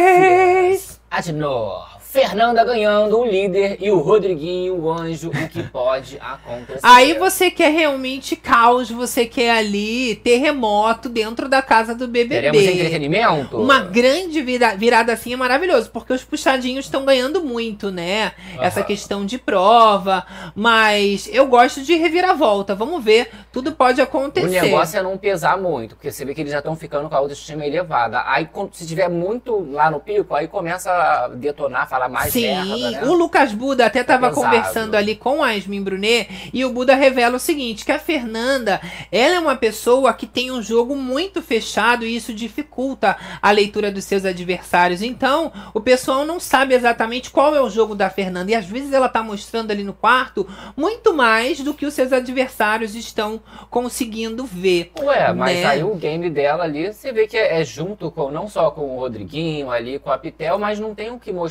Vez! Adnor, Fernanda ganhando o líder e o Rodriguinho o anjo, o que pode acontecer. Aí você quer realmente caos, você quer ali terremoto dentro da casa do B B B. Teremos entretenimento? Uma grande vira- virada assim é maravilhoso, porque os puxadinhos estão ganhando muito, né? Essa Aham. questão de prova, mas eu gosto de reviravolta. Vamos ver, tudo pode O acontecer. negócio é não pesar muito, porque você vê que eles já estão ficando com a autoestima elevada. Aí, quando, se tiver muito lá no pico, aí começa a detonar, falar mais Sim, merda, né? o Lucas Buda até estava pesado. conversando ali com a Yasmin Brunet e o Buda revela o seguinte, que a Fernanda, ela é uma pessoa que tem um jogo muito fechado e isso dificulta a leitura dos seus adversários. Então, o pessoal não sabe exatamente qual é o jogo da Fernanda e às vezes ela tá mostrando ali no quarto muito mais do que os seus adversários estão conseguindo ver. Ué, mas né? aí o game dela ali, você vê que é, é junto com, não só com o Rodriguinho ali, com a Pitel, mas não tem o que mostrar muito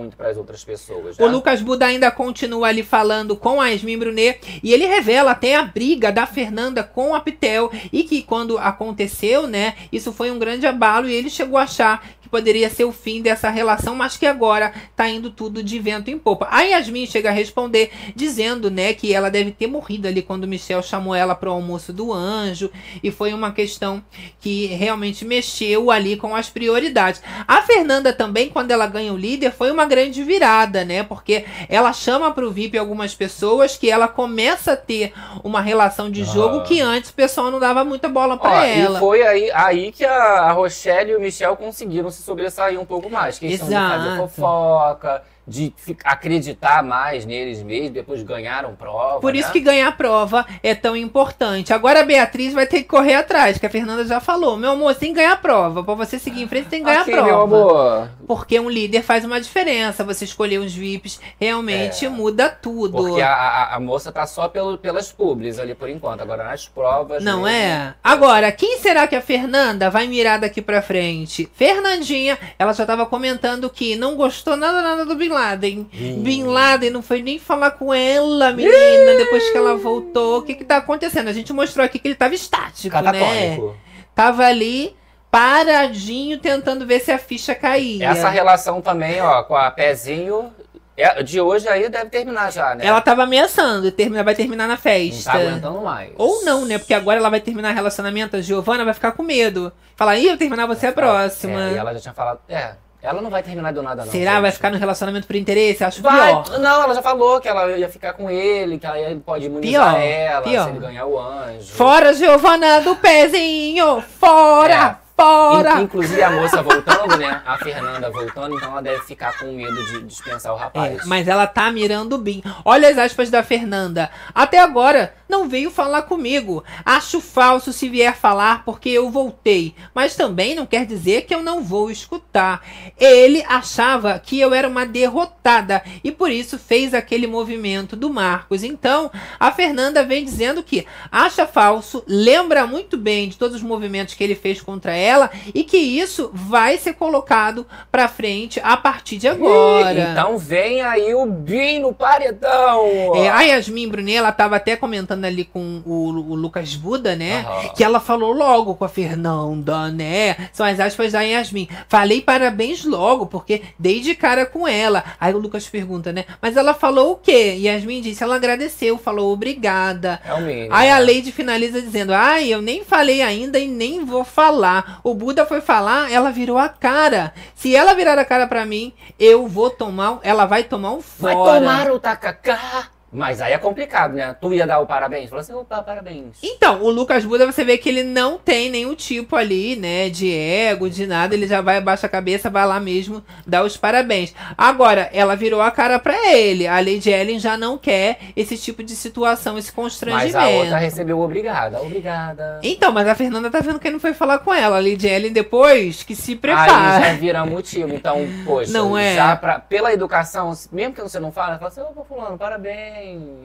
muito para as outras pessoas. O Né? Lucas Buda ainda continua ali falando com a Yasmin Brunet e ele revela até a briga da Fernanda com a Pitel e que quando aconteceu, né, isso foi um grande abalo e ele chegou a achar que poderia ser o fim dessa relação, mas que agora tá indo tudo de vento em popa. A Yasmin chega a responder dizendo, né, que ela deve ter morrido ali quando o Michel chamou ela para o almoço do anjo e foi uma questão que realmente mexeu ali com as prioridades. A Fernanda também, quando ela ganha o líder, foi uma grande virada, né, porque ela chama para o V I P algumas pessoas que ela começa a ter uma relação de jogo ah. que antes o pessoal não dava muita bola para ela. E foi aí, aí que a Rochelle e o Michel conseguiram se sobressair um pouco mais. Questão Exato. de fazer fofoca, de acreditar mais neles mesmos, depois ganharam prova. Por né? isso que ganhar prova é tão importante. Agora a Beatriz vai ter que correr atrás, que a Fernanda já falou. Meu amor, você tem que ganhar prova. Pra você seguir em frente, você tem que ganhar Aqui, prova. Meu amor. Porque um líder faz uma diferença. Você escolher os V I Ps realmente é, muda tudo. Porque a, a, a moça tá só pelo, pelas publis ali por enquanto. Agora nas provas... Não mesmo. é? Agora, quem será que a Fernanda vai mirar daqui pra frente? Fernandinha, ela já tava comentando que não gostou nada, nada do Bin Laden. Hum. Bin Laden não foi nem falar com ela, menina, Ih! depois que ela voltou. O que que tá acontecendo? A gente mostrou aqui que ele tava estático, Catatônico. né? Tava ali paradinho, tentando ver se a ficha caía. Essa relação também, ó, com a Pezinho, de hoje aí deve terminar já, né? Ela tava ameaçando, termina, vai terminar na festa. Não tá aguentando mais. Ou não, né? Porque agora ela vai terminar relacionamento, a Giovana vai ficar com medo. Falar, ih, eu terminar você é a próxima. É, e ela já tinha falado, é... Ela não vai terminar do nada, não. Será? Gente. Vai ficar no relacionamento por interesse? Acho vai. pior. Não, ela já falou que ela ia ficar com ele, que ela pode imunizar pior. ela pior. se ele ganhar o anjo. Fora, Giovana do pezinho! Fora! É. Fora! Inclusive a moça voltando, né? A Fernanda voltando, então ela deve ficar com medo de dispensar o rapaz. É, mas ela tá mirando o Bin. Olha as aspas da Fernanda. Até agora, não veio falar comigo. Acho falso se vier falar porque eu voltei. Mas também não quer dizer que eu não vou escutar. Ele achava que eu era uma derrotada e por isso fez aquele movimento do Marcos. Então, a Fernanda vem dizendo que acha falso, lembra muito bem de todos os movimentos que ele fez contra ela. Ela, e que isso vai ser colocado pra frente a partir de agora. Ih, então vem aí o Bin no paredão. É, a Yasmin Brunet, ela tava até comentando ali com o, o Lucas Buda, né? Uhum. Que ela falou logo com a Fernanda, né? São as aspas da Yasmin. Falei parabéns logo, porque dei de cara com ela. Aí o Lucas pergunta, né? Mas ela falou o quê? Yasmin disse, ela agradeceu, falou obrigada. É o mínimo. Aí a Lady finaliza dizendo, ai, eu nem falei ainda e nem vou falar. O Buda foi falar, ela virou a cara. Se ela virar a cara pra mim, eu vou tomar, ela vai tomar um fora. Vai tomar o tacacá. Mas aí é complicado, né? Tu ia dar o parabéns? Falou assim, opa, parabéns. Então, o Lucas Buda, você vê que ele não tem nenhum tipo ali, né, de ego, de nada. Ele já vai, abaixa a cabeça, vai lá mesmo dar os parabéns. Agora, ela virou a cara pra ele. A Lady Ellen já não quer esse tipo de situação, esse constrangimento. Mas a outra recebeu obrigada, obrigada. Então, mas a Fernanda tá vendo que ele não foi falar com ela. A Lady Ellen depois que se prepara. Aí já vira motivo. Então, poxa, não é? já pra, pela educação, mesmo que você não fale, fala assim, opa, fulano, parabéns.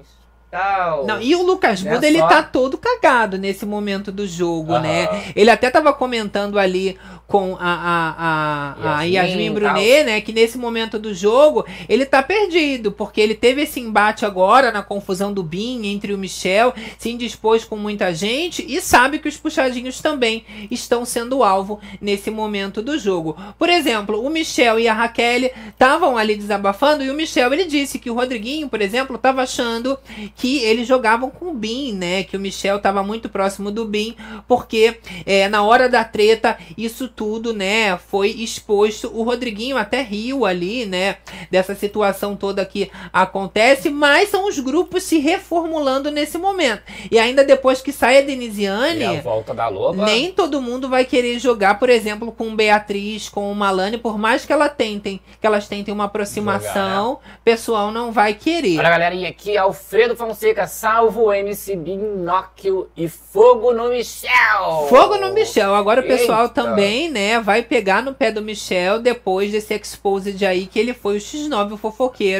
Tal. Não, e o Lucas Buda, ele tá todo cagado nesse momento do jogo, uhum. né? Ele até tava comentando ali com a, a, a, a Yasmin, Yasmin Brunet, né? Que nesse momento do jogo, ele tá perdido, porque ele teve esse embate agora na confusão do Bin entre o Michel, se indispôs com muita gente e sabe que os puxadinhos também estão sendo alvo nesse momento do jogo. Por exemplo, o Michel e a Raquel estavam ali desabafando e o Michel, ele disse que o Rodriguinho, por exemplo, tava achando que eles jogavam com o Bin, né? Que o Michel tava muito próximo do Bin, porque é, na hora da treta, isso tudo, né, foi exposto. O Rodriguinho até riu ali, né, dessa situação toda que acontece, mas são os grupos se reformulando nesse momento. E ainda depois que sai a Denisiane, e a volta da Loba, nem todo mundo vai querer jogar, por exemplo, com Beatriz, com o Malane, por mais que ela tentem, que elas tentem uma aproximação, o né? pessoal não vai querer. Olha, galerinha, aqui Alfredo Fonseca, salvo o M C Binóquio e fogo no Michel. Fogo no Michel. Agora o pessoal Eita. também, né, vai pegar no pé do Michel depois desse exposed aí que ele foi o X nove, o fofoqueiro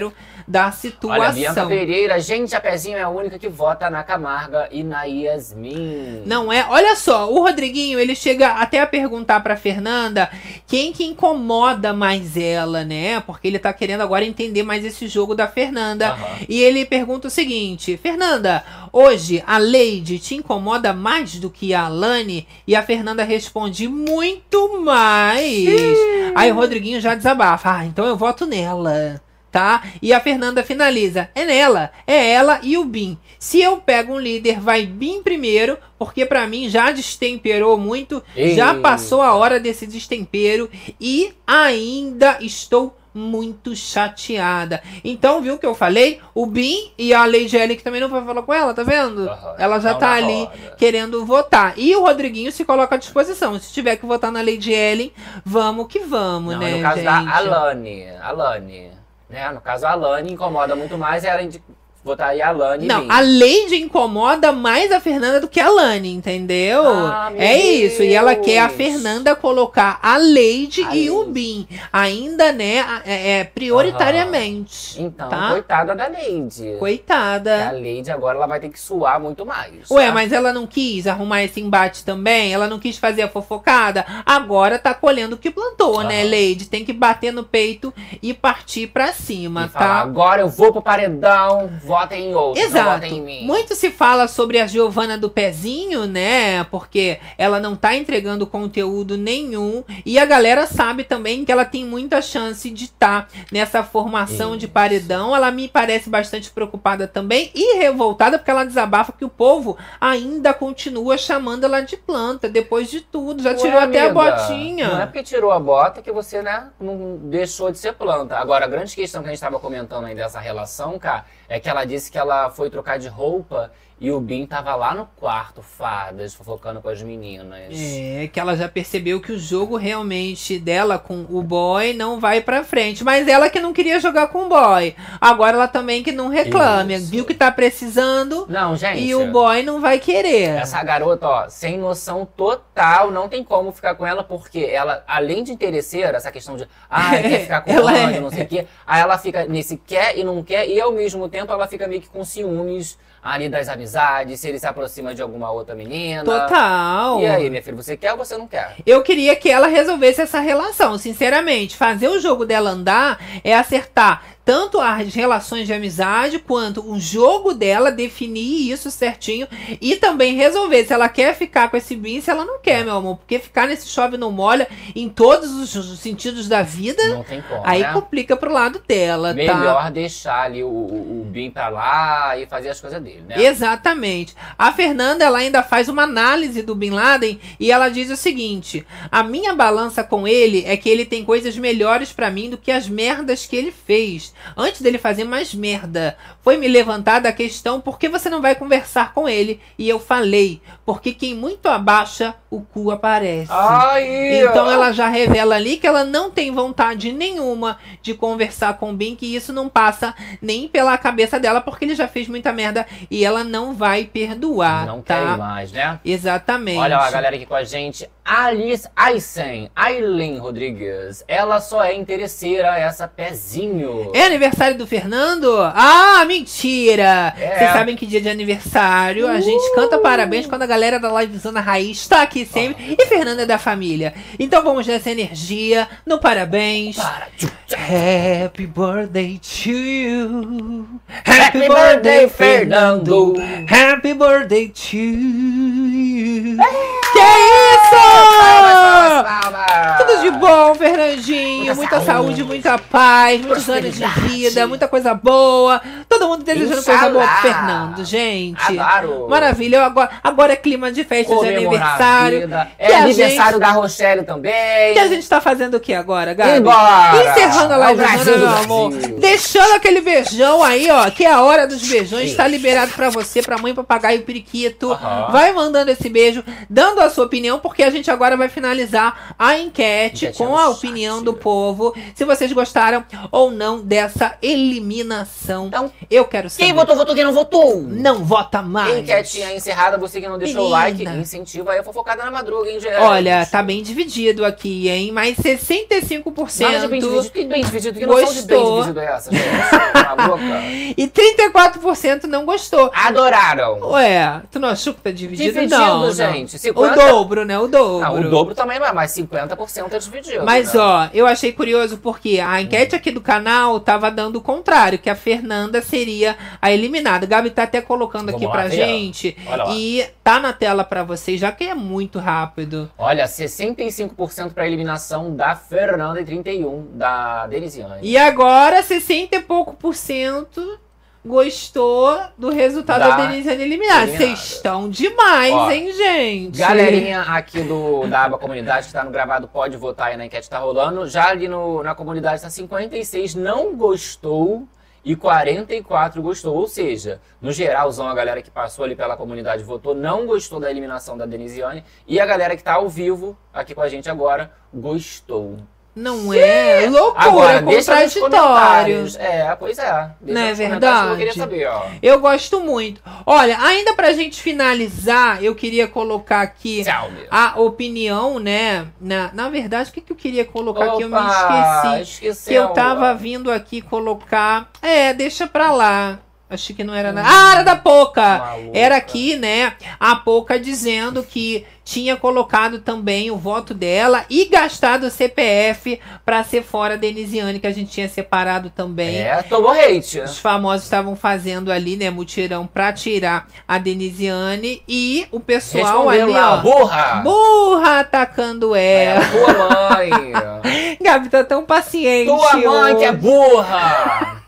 da situação. Olha, Bianca Pereira, gente, a Pezinho é a única que vota na Camarga e na Yasmin. Não é? Olha só, o Rodriguinho, ele chega até a perguntar pra Fernanda quem que incomoda mais ela, né? Porque ele tá querendo agora entender mais esse jogo da Fernanda. Uhum. E ele pergunta o seguinte: Fernanda, hoje a Lady te incomoda mais do que a Alane? E a Fernanda responde: muito mais. Aí o Rodriguinho já desabafa: ah, então eu voto nela. Tá? E a Fernanda finaliza: é nela, é ela e o Bin. Se eu pego um líder, vai Bin primeiro, porque pra mim já destemperou muito, Ei. já passou a hora desse destempero e ainda estou muito chateada. Então, viu o que eu falei? O Bin e a Lady Ellen, que também não vai falar com ela, tá vendo? Uhum. Ela já Não tá na ali roda. querendo votar. E o Rodriguinho se coloca à disposição. Se tiver que votar na Lady Ellen, vamos que vamos, Não, né, no caso gente? da Alane, Alane, né? No caso, a Alane incomoda muito mais, ela indi- votaria a Alane. Não, e a Lady incomoda mais a Fernanda do que a Lani, entendeu? Ah, meu é isso. E ela Deus. quer a Fernanda colocar a Lady A e o Lady. Bin. Ainda, né? a- É, é, prioritariamente. Então, tá? coitada da Lady. A Coitada. Lady agora ela vai ter que suar muito mais. Ué, tá? mas ela não quis arrumar esse embate também? Ela não quis fazer a fofocada? Agora tá colhendo o que plantou, né, Aham. Lady? Tem que bater no peito e partir pra cima, E falar, tá? agora eu vou pro paredão, votem em outro, não Exato. votem em mim. Muito se fala sobre a Giovana do Pezinho, né? Porque ela não tá entregando conteúdo nenhum. E a galera sabe também que ela tem muita chance de estar nessa formação Isso. de paredão. Ela me parece bastante preocupada também e revoltada, porque ela desabafa que o povo ainda continua chamando ela de planta, depois de tudo. Já Ué, tirou até a amiga, botinha. Não é porque tirou a bota que você, né, não deixou de ser planta. Agora, a grande questão que a gente estava comentando aí dessa relação, cara, é que ela disse que ela foi trocar de roupa e o Bin tava lá no quarto, fadas, fofocando com as meninas. É, que ela já percebeu que o jogo realmente dela com o boy não vai pra frente. Mas ela que não queria jogar com o boy. Agora ela também que não reclame. Isso. Viu que tá precisando Não, gente. e o boy não vai querer. Essa garota, ó, sem noção total, não tem como ficar com ela, porque ela, além de interesseira, essa questão de, ah, quer ficar com Ela o é- não sei o quê, aí ela fica nesse quer e não quer, e ao mesmo tempo ela fica meio que com ciúmes ali das amizades, se ele se aproxima de alguma outra menina. Total. E aí, minha filha, você quer ou você não quer? Eu queria que ela resolvesse essa relação, sinceramente. Fazer o jogo dela andar é acertar tanto as relações de amizade quanto o jogo dela, definir isso certinho e também resolver se ela quer ficar com esse Bin, se ela não quer, meu amor. Porque ficar nesse chove não molha em todos os sentidos da vida, Não tem como, aí né? complica pro lado dela, Melhor tá? deixar ali o, o, o Bin pra lá e fazer as coisas dele, né? Exatamente. A Fernanda, ela ainda faz uma análise do Bin Laden e ela diz o seguinte: a minha balança com ele é que ele tem coisas melhores pra mim do que as merdas que ele fez. Antes dele fazer mais merda, foi me levantada a questão: por que você não vai conversar com ele? E eu falei: porque quem muito abaixa, o cu aparece. Ai, Então ela já revela ali que ela não tem vontade nenhuma de conversar com o Bin, que isso não passa nem pela cabeça dela, porque ele já fez muita merda e ela não vai perdoar, não tá? quer ir mais, né? Exatamente. Olha lá, a galera aqui com a gente. Alice Aysen, Aileen Rodrigues. Ela só é interesseira, essa Pezinho. É aniversário do Fernando? Ah, mentira! É. Vocês sabem que dia de aniversário a gente canta parabéns quando a galera da Livezona Raiz está aqui sempre. E Fernando é da família. Então vamos nessa energia no parabéns. Para. Happy birthday to you. Happy birthday, Fernando. Happy birthday to you. Que Palmas, isso? palmas. Tudo de bom, Fernandinho. Muita Muita, saúde. saúde, muita paz, muitos anos de prosperidade. vida, muita coisa boa. Todo mundo desejando Inxalá. coisa boa pro Fernando, gente. Adoro. Maravilha. Eu Agora, agora é clima de festa de Comemorar a aniversário. vida. Que É a aniversário gente- da Rochelle também. E a gente tá fazendo o que agora, Gabi? Embora. Encerrando a Ao live, Brasil, meu Brasil. amor. Deixando aquele beijão aí, ó. Que é a hora dos beijões. Está liberado pra você, pra mãe, papagaio e periquito. Aham. Vai mandando esse beijo, dando a sua opinião, porque a gente agora vai finalizar a enquete comente enquetinha com no a chat. opinião do povo se vocês gostaram ou não dessa eliminação. Então, eu quero saber. Quem votou, votou. Quem não votou? Não vota mais. Enquetinha encerrada. Você que não deixou o like, Menina. incentiva aí a fofocada na madruga, hein, gente? Olha, tá bem dividido aqui, hein? Mas sessenta e cinco por cento Nada de bem dividido. Que bem dividido? Que noção de bem gostou. dividido é essa, gente? Na boca. E trinta e quatro por cento não gostou. Adoraram. Ué, tu não achou que tá dividido? Dividido, não, não. gente. O cinquenta... dobro, né? O dobro. Não, o dobro também não é, mas cinquenta por cento é dividido. Mas, né? ó, eu achei curioso porque a enquete aqui do canal tava dando o contrário, que a Fernanda seria a eliminada. O Gabi tá até colocando Vamos aqui lá, pra Fia. gente. Olha lá. E tá na tela pra vocês, já que é muito rápido. Olha, sessenta e cinco por cento pra eliminação da Fernanda e trinta e um por cento da Denisiane. E agora, sessenta e pouco por cento gostou do resultado da, Da Denisiane eliminada. eliminada. Vocês estão demais, Ó, hein, gente? Galerinha aqui do, da aba comunidade que tá no gravado pode votar aí na enquete, tá rolando. Já ali no, na comunidade tá cinquenta e seis não gostou e quarenta e quatro gostou. Ou seja, no geralzão a galera que passou ali pela comunidade votou, não gostou da eliminação da Denisiane. E a galera que tá ao vivo aqui com a gente agora gostou. Não é loucura, Agora, deixa nos contraditório. comentários. É, pois é. Deixa Não é nos comentários que eu verdade? queria saber, ó. Eu gosto muito. Olha, ainda pra gente finalizar, eu queria colocar aqui Tchau, meu. a opinião, né? Na, na verdade, o que, que eu queria colocar aqui? Eu me Opa, esqueci. esqueceu. Que eu tava vindo aqui colocar. É, deixa pra lá. Achei que não era nada. Ah, era da Poca! Maluca. Era aqui, né? A Poca dizendo que tinha colocado também o voto dela e gastado o C P F pra ser fora a Denisiane, que a gente tinha separado também. É, tomou hate. Os famosos estavam fazendo ali, né, mutirão pra tirar a Denisiane e o pessoal Respondeu ali, lá, ó. burra! Burra atacando É, ela. tua mãe! Gabi tá tão paciente. Tua mãe que é hoje. burra!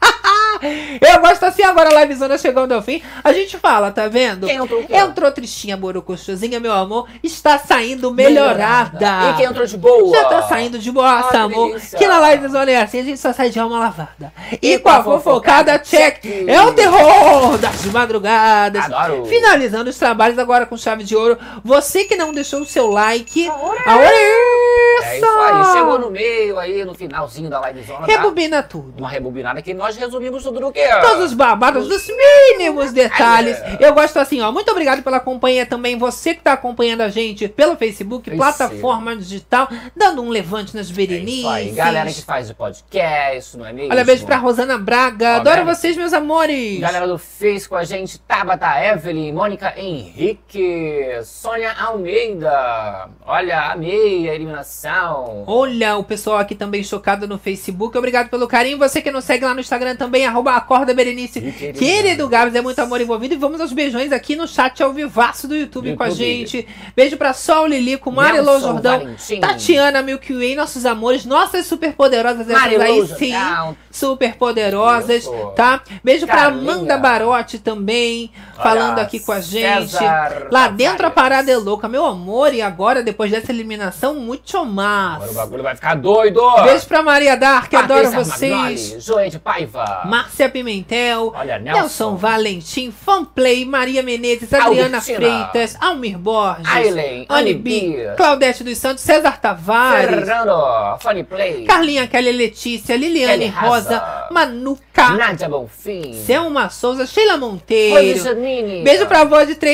Eu gosto assim agora, a livezona chegando ao fim. A gente fala, tá vendo? Quem entrou o quê? Entrou tristinha, borocochosinha, meu amor. Está saindo melhorada. E quem entrou de boa? Já tá saindo de boa, Ah, que amor. delícia. Que na livezona é assim, a gente só sai de alma lavada. E, E com a fofocada, check. É o terror das madrugadas. Adoro. Finalizando os trabalhos agora com chave de ouro. Você que não deixou o seu like. Ahora A hora é É isso aí, chegou no meio aí, no finalzinho da livezona, tá? Rebobina tudo. Uma rebobinada que nós resumimos tudo no quê? Todos os babados, dos mínimos detalhes. Eu gosto assim, ó. Muito obrigado pela companhia também. Você que tá acompanhando a gente pelo Facebook, Isso. plataforma digital, dando um levante nas É isso berenices. aí, galera que faz o podcast, não é mesmo? Olha, beijo pra Rosana Braga. Ó, Adoro galera. vocês, meus amores. Galera do Face com a gente, Tabata Evelyn, Mônica Henrique, Sônia Almeida. Olha, amei a eliminação. Olha, o pessoal aqui também chocado no Facebook. Obrigado pelo carinho. Você que nos segue lá no Instagram também, arroba Acorda Berenice. Ih, querida. Querido Gabs, é muito amor envolvido. E vamos aos beijões aqui no chat ao vivaço do YouTube Do com a YouTube. gente. Beijo pra Sol Lilico, Marilô Nelson Jordão, Valentim. Tatiana Milky Way, nossos amores, nossas super poderosas, essas Marilô aí Jordão. sim, super poderosas, Isso. tá? Beijo pra Carlinha. Amanda Barotti também, Olha, falando aqui com a gente. César Lá dentro a Tavares. parada é louca, meu amor. E agora, depois dessa eliminação, muito mais. Agora o bagulho vai ficar doido. Beijo pra Maria Dark, adoro Patrícia vocês. Magnoli, Joê de Paiva. Márcia Pimentel, Olha, Nelson. Nelson. Valentim, Fanplay, Maria Menezes, Adriana Albertina. Freitas, Almir Borges, Aileen, Anne Anne B, B. Claudete dos Santos, César Tavares, Fernando, Funny Play. Carlinha Kelly Letícia, Liliane Kelly Rosa, Raza. Manuca, Nádia Bonfim. Selma Souza, Sheila Rose Monteiro. Janine. Beijo pra avó de três.